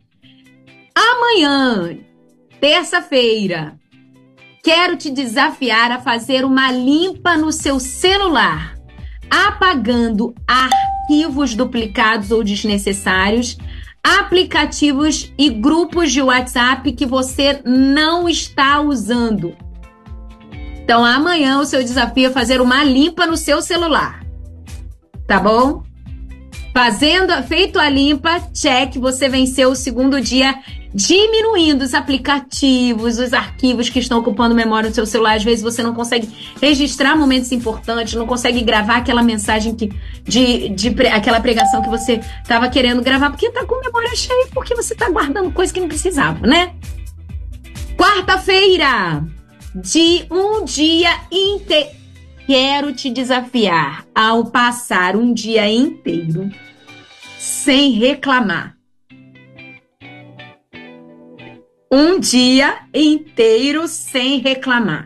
Amanhã, terça-feira, quero te desafiar a fazer uma limpa no seu celular, apagando arquivos duplicados ou desnecessários, aplicativos e grupos de WhatsApp que você não está usando. Então, amanhã o seu desafio é fazer uma limpa no seu celular. Tá bom? Fazendo, feito a limpa, check, você venceu o segundo dia, diminuindo os aplicativos, os arquivos que estão ocupando memória no seu celular. Às vezes você não consegue registrar momentos importantes, não consegue gravar aquela mensagem que, de, de aquela pregação que você estava querendo gravar, porque está com memória cheia, porque você está guardando coisa que não precisava, né? Quarta-feira, de um dia inteiro. Quero te desafiar ao passar um dia inteiro sem reclamar. Um dia inteiro sem reclamar.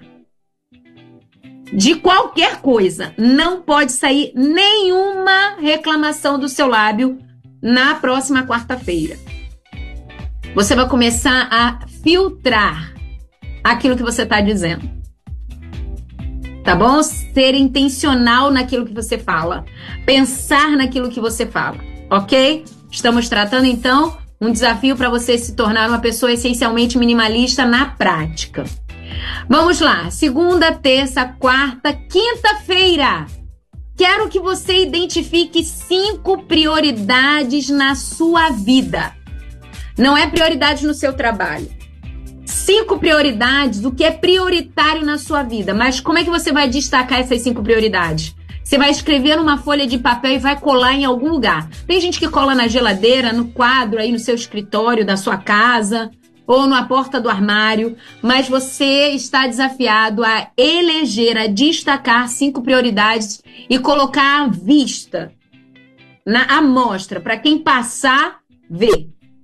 De qualquer coisa. Não pode sair nenhuma reclamação do seu lábio na próxima quarta-feira. Você vai começar a filtrar aquilo que você está dizendo. Tá bom? Ser intencional naquilo que você fala. Pensar naquilo que você fala. Ok? Estamos tratando, então, um desafio para você se tornar uma pessoa essencialmente minimalista na prática. Vamos lá. Segunda, terça, quarta, quinta-feira. Quero que você identifique cinco prioridades na sua vida. Não é prioridade no seu trabalho. Cinco prioridades, o que é prioritário na sua vida. Mas como é que você vai destacar essas cinco prioridades? Você vai escrever numa folha de papel e vai colar em algum lugar. Tem gente que cola na geladeira, no quadro, aí no seu escritório da sua casa, ou na porta do armário. Mas você está desafiado a eleger, a destacar cinco prioridades e colocar à vista, na amostra, para quem passar, ver.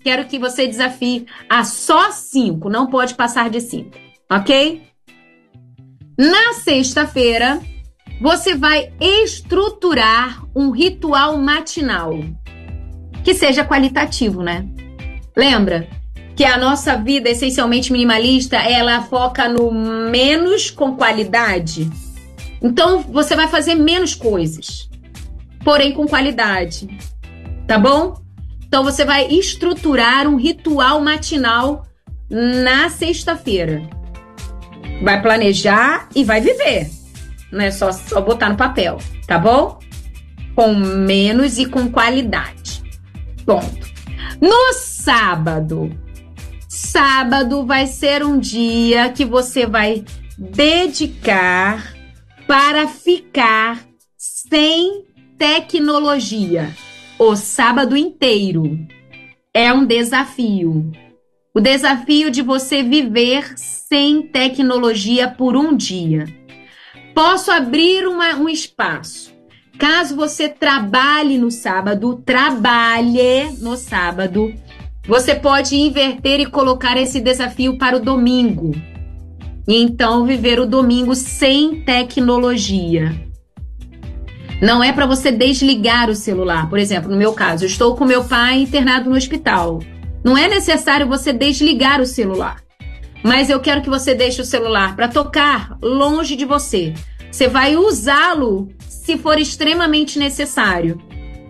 quero que você desafie a só cinco, não pode passar de cinco, ok? Na sexta-feira, você vai estruturar um ritual matinal que seja qualitativo, né? Lembra que a nossa vida essencialmente minimalista, ela foca no menos com qualidade? Então, você vai fazer menos coisas, porém com qualidade, tá bom? Então, você vai estruturar um ritual matinal na sexta-feira. Vai planejar e vai viver. Não é só, só botar no papel, tá bom? Com menos e com qualidade. Ponto. No sábado, sábado vai ser um dia que você vai dedicar para ficar sem tecnologia. O sábado inteiro. É um desafio. O desafio de você viver sem tecnologia por um dia. Posso abrir uma, um espaço. Caso você trabalhe no sábado, trabalhe no sábado, você pode inverter e colocar esse desafio para o domingo. E então viver o domingo sem tecnologia. Não é para você desligar o celular. Por exemplo, no meu caso, eu estou com meu pai internado no hospital. Não é necessário você desligar o celular. Mas eu quero que você deixe o celular para tocar longe de você. Você vai usá-lo se for extremamente necessário.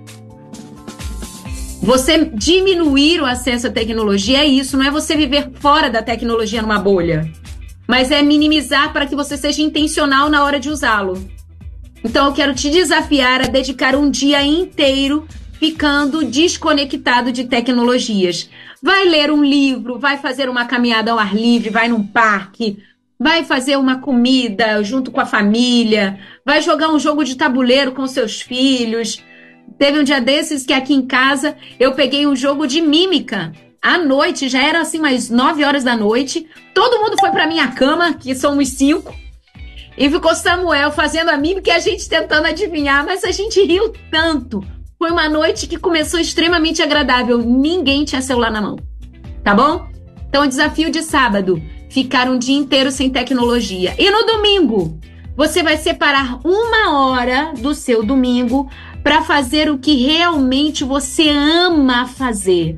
Você diminuir o acesso à tecnologia é isso. Não é você viver fora da tecnologia numa bolha. Mas é minimizar para que você seja intencional na hora de usá-lo. Então eu quero te desafiar a dedicar um dia inteiro ficando desconectado de tecnologias. Vai ler um livro, vai fazer uma caminhada ao ar livre, vai num parque, vai fazer uma comida junto com a família, vai jogar um jogo de tabuleiro com seus filhos. Teve um dia desses que aqui em casa eu peguei um jogo de mímica. À noite, já era assim umas nove horas da noite, todo mundo foi para minha cama, que somos cinco, e ficou Samuel fazendo a mímica e a gente tentando adivinhar, mas a gente riu tanto. Foi uma noite que começou extremamente agradável. Ninguém tinha celular na mão. Tá bom? Então, o desafio de sábado, ficar um dia inteiro sem tecnologia. E no domingo, você vai separar uma hora do seu domingo para fazer o que realmente você ama fazer.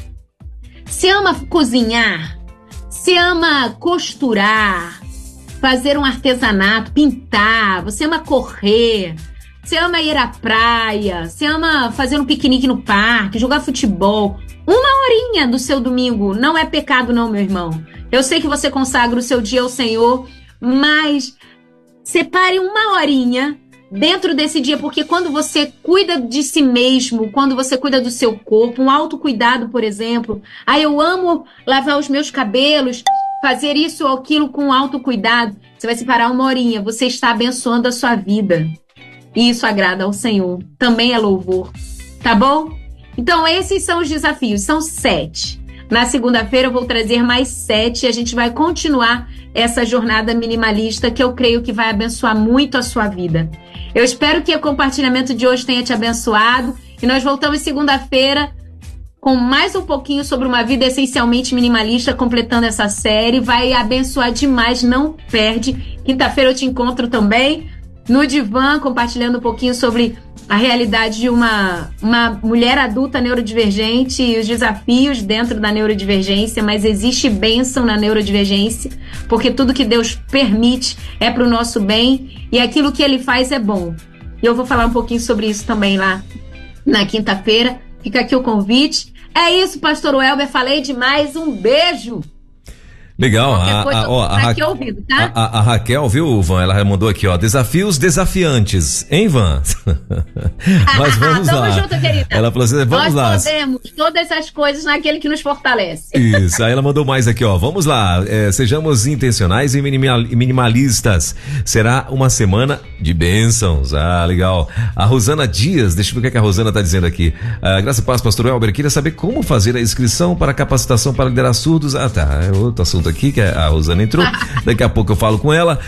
Você ama cozinhar? Você ama costurar? Fazer um artesanato? Pintar? Você ama correr? Você ama ir à praia, você ama fazer um piquenique no parque, jogar futebol. Uma horinha do seu domingo não é pecado não, meu irmão. Eu sei que você consagra o seu dia ao Senhor, mas separe uma horinha dentro desse dia, porque quando você cuida de si mesmo, quando você cuida do seu corpo, um autocuidado, por exemplo. Ah, eu amo lavar os meus cabelos, fazer isso ou aquilo com autocuidado. Você vai separar uma horinha, você está abençoando a sua vida. E isso agrada ao Senhor. Também é louvor. Tá bom? Então, esses são os desafios. São sete. Na segunda-feira, eu vou trazer mais sete. E a gente vai continuar essa jornada minimalista que eu creio que vai abençoar muito a sua vida. Eu espero que o compartilhamento de hoje tenha te abençoado. E nós voltamos segunda-feira com mais um pouquinho sobre uma vida essencialmente minimalista, completando essa série. Vai abençoar demais. Não perde. Quinta-feira eu te encontro também no divã, compartilhando um pouquinho sobre a realidade de uma, uma mulher adulta neurodivergente e os desafios dentro da neurodivergência, mas existe bênção na neurodivergência, porque tudo que Deus permite é para o nosso bem e aquilo que Ele faz é bom. E eu vou falar um pouquinho sobre isso também lá na quinta-feira. Fica aqui o convite. É isso, pastor Welber, falei demais. Um beijo! Legal, a, a, ó, a, Ra- ouvido, tá? a, a, a Raquel, viu, Van? Ela mandou aqui, ó, desafios desafiantes, hein, Van? Mas vamos Tamo lá. junto, querida. Ela falou assim, vamos Nós lá. Nós podemos todas essas coisas naquele que nos fortalece. Isso, aí ela mandou mais aqui, ó, vamos lá, é, sejamos intencionais e minimal, minimalistas. Será uma semana de bênçãos. Ah, legal. A Rosana Dias, deixa eu ver o que a Rosana tá dizendo aqui. Ah, graças a paz, pastor Elber, queria saber como fazer a inscrição para capacitação para liderar surdos. Ah, tá, é outro assunto aqui, que a Rosana entrou, daqui a pouco eu falo com ela.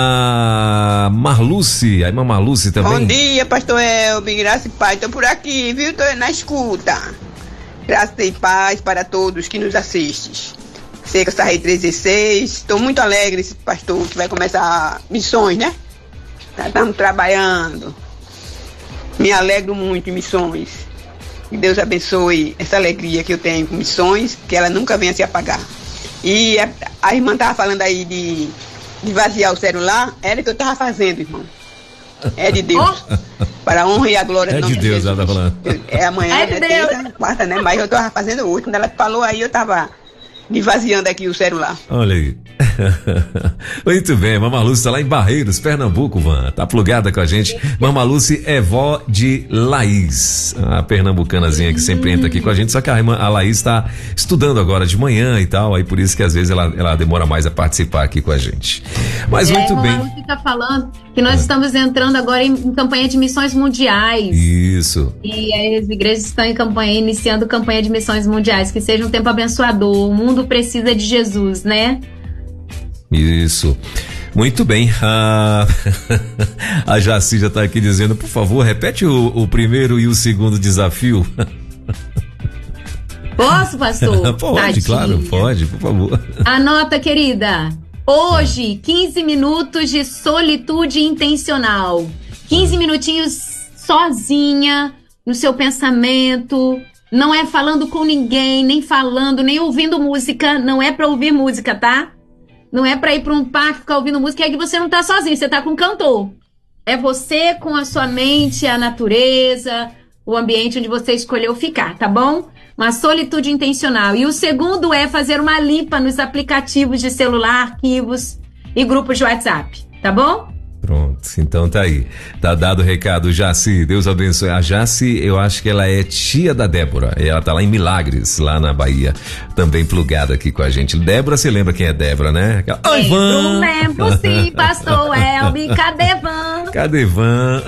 A Marluce, a irmã Marluce também. Bom dia, pastor Elber, graça e paz, tô por aqui, viu, tô na escuta. Graça e paz para todos que nos assistem. Seca Sarrei três e seis. Estou muito alegre, esse pastor, que vai começar missões, né? Estamos trabalhando. Me alegro muito em missões. Que Deus abençoe essa alegria que eu tenho com missões, que ela nunca venha se apagar. E a, a irmã estava falando aí de, de vaziar o celular. Era o que eu estava fazendo, irmão. É de Deus. Oh. Para a honra e a glória do nome de Deus. Ela tá falando. É amanhã, é, né, terça, quarta, né? Mas eu estava fazendo hoje. Quando ela falou aí, eu estava esvaziando aqui o celular. Olha aí. Muito bem, Mama Lúcia tá lá em Barreiros, Pernambuco, Van. Tá plugada com a gente. Mama Lúcia é vó de Laís, a pernambucanazinha que sempre entra aqui com a gente. Só que a, irmã, a Laís tá estudando agora de manhã e tal, aí por isso que às vezes ela, ela demora mais a participar aqui com a gente. Mas é, muito bem. A Lúcia tá falando que nós é. estamos entrando agora em, em campanha de missões mundiais. Isso. E as igrejas estão em campanha, iniciando campanha de missões mundiais. Que seja um tempo abençoador. O mundo precisa de Jesus, né? Isso. Muito bem. Ah, a Jaci já está aqui dizendo, por favor, repete o, o primeiro e o segundo desafio. Posso, pastor? Pode, Tadinha. Claro, pode, por favor. Anota, querida. Hoje, quinze minutos de solitude intencional. quinze minutinhos sozinha, no seu pensamento. Não é falando com ninguém, nem falando, nem ouvindo música. Não é para ouvir música, tá? Não é pra ir pra um parque ficar ouvindo música, é que você não tá sozinho, você tá com um cantor. É você com a sua mente, a natureza, o ambiente onde você escolheu ficar, tá bom? Uma solitude intencional. E o segundo é fazer uma limpa nos aplicativos de celular, arquivos e grupos de WhatsApp, tá bom? Pronto, então tá aí. Tá dado o recado, Jaci. Deus abençoe. A Jaci, eu acho que ela é tia da Débora. Ela tá lá em Milagres, lá na Bahia. Também plugada aqui com a gente. Débora, você lembra quem é Débora, né? Oi, Van! Lembro sim, pastor Elbi. Cadê Van? Cadê Van?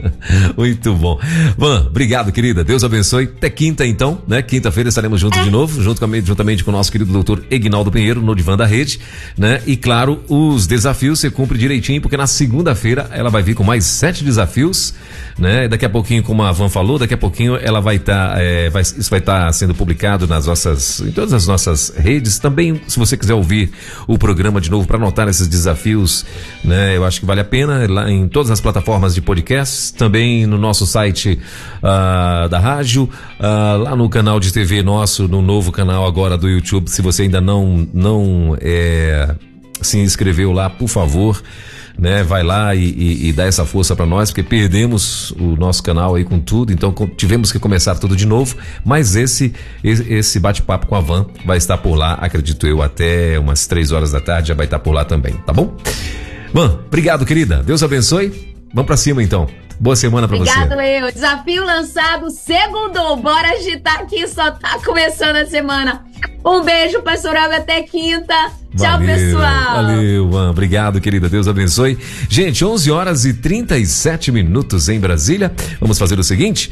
Muito bom. Van, obrigado, querida. Deus abençoe. Até quinta, então, né? Quinta-feira estaremos juntos é. de novo, junto com, juntamente com o nosso querido doutor Egnaldo Pinheiro, no Divã da Rede, né? E claro, os desafios você cumpre direitinho, porque na segunda Segunda-feira ela vai vir com mais sete desafios, né? Daqui a pouquinho, como a Van falou, daqui a pouquinho ela vai estar, tá, é, vai, isso vai estar tá sendo publicado nas nossas, em todas as nossas redes. Também, se você quiser ouvir o programa de novo para anotar esses desafios, né? Eu acho que vale a pena, lá em todas as plataformas de podcasts, também no nosso site uh, da rádio, uh, lá no canal de T V nosso, no novo canal agora do YouTube. Se você ainda não, não é, se inscreveu lá, por favor, né, vai lá e, e, e dá essa força para nós, porque perdemos o nosso canal aí com tudo, então tivemos que começar tudo de novo, mas esse esse bate-papo com a Van vai estar por lá, acredito eu, até umas três horas da tarde, já vai estar por lá também, tá bom? Van, obrigado, querida, Deus abençoe, vamos pra cima então. Boa semana pra Obrigado, você. Obrigado, eu. Desafio lançado, segundo. Bora agitar aqui, só tá começando a semana. Um beijo, pastor Elbi, até quinta. Tchau, valeu, pessoal. Valeu, Van. Obrigado, querida. Deus abençoe. Gente, onze horas e trinta e sete minutos em Brasília. Vamos fazer o seguinte.